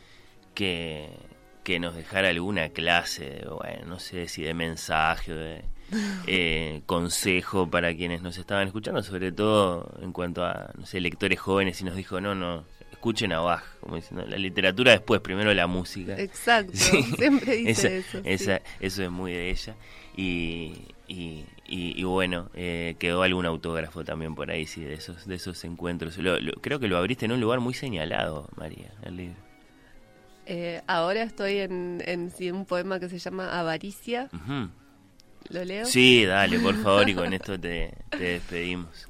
que, que nos dejara alguna clase, de, bueno, no sé si de mensaje o de eh, consejo para quienes nos estaban escuchando, sobre todo en cuanto a, no sé, lectores jóvenes, y nos dijo, no, no, escuchen a Bach, como diciendo, la literatura después, primero la música.
Exacto,
sí.
siempre dice
esa,
eso.
Esa,
sí.
Eso es muy de ella. Y, y, y, y bueno, eh, quedó algún autógrafo también por ahí, sí, de esos, de esos encuentros. Lo, lo, creo que lo abriste en un lugar muy señalado, María, el libro.
Eh, ahora estoy en, en sí, un poema que se llama Avaricia.
Uh-huh.
¿Lo leo?
Sí, dale, por favor, y con esto te, te despedimos.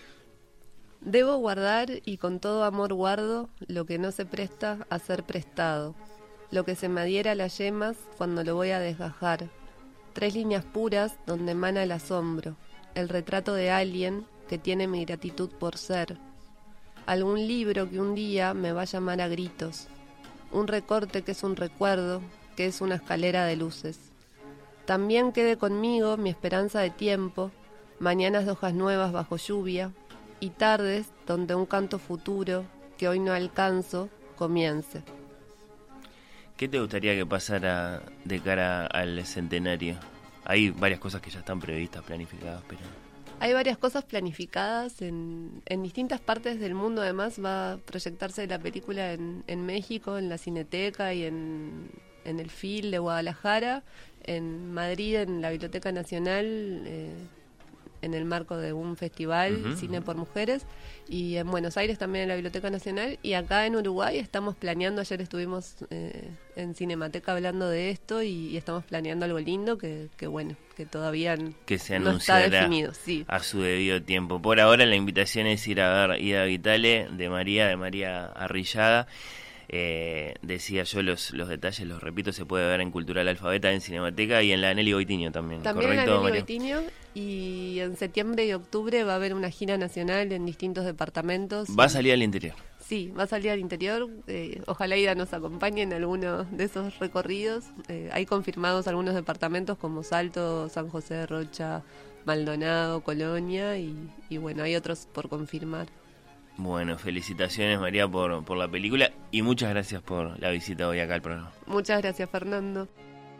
Debo guardar, y con todo amor guardo, lo que no se presta a ser prestado, lo que se me adhiera a las yemas cuando lo voy a desgajar. Tres líneas puras donde emana el asombro, el retrato de alguien que tiene mi gratitud por ser. Algún libro que un día me va a llamar a gritos, un recorte que es un recuerdo, que es una escalera de luces. También quede conmigo mi esperanza de tiempo, mañanas de hojas nuevas bajo lluvia, y tardes donde un canto futuro, que hoy no alcanzo, comience.
¿Qué te gustaría que pasara de cara al centenario? hay varias cosas que ya están previstas, planificadas, pero...
Hay varias cosas planificadas en, en distintas partes del mundo. Además va a proyectarse la película en, en México, en la Cineteca y en, en el F I L de Guadalajara, en Madrid, en la Biblioteca Nacional, eh, en el marco de un festival, uh-huh. Cine por Mujeres, y en Buenos Aires también en la Biblioteca Nacional, y acá en Uruguay estamos planeando, ayer estuvimos eh, en Cinemateca hablando de esto, y, y estamos planeando algo lindo que, que bueno, que todavía
que se
no está
anunciará
definido, sí.
a su debido tiempo. Por ahora la invitación es ir a ver Ida Vitale de María, de María Arrillaga. Eh, decía yo los los detalles, los repito, se puede ver en Cultural Alfabeta, en Cinemateca y en la Nelly Goitiño también.
También
¿correcto,
en la Nelly
María?
Goitiño, y en septiembre y octubre va a haber una gira nacional en distintos departamentos.
Va a salir al interior.
Sí, va a salir al interior. Eh, ojalá Ida nos acompañe en alguno de esos recorridos. Eh, hay confirmados algunos departamentos como Salto, San José de Rocha, Maldonado, Colonia, y, y bueno, hay otros por confirmar.
Bueno, felicitaciones María por, por la película y muchas gracias por la visita hoy acá al programa.
Muchas gracias, Fernando.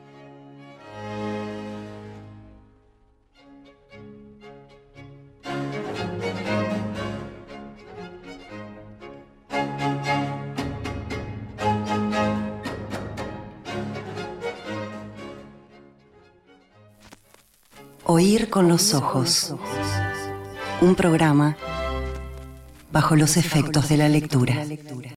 Oír con los ojos. Un programa bajo los efectos de la lectura.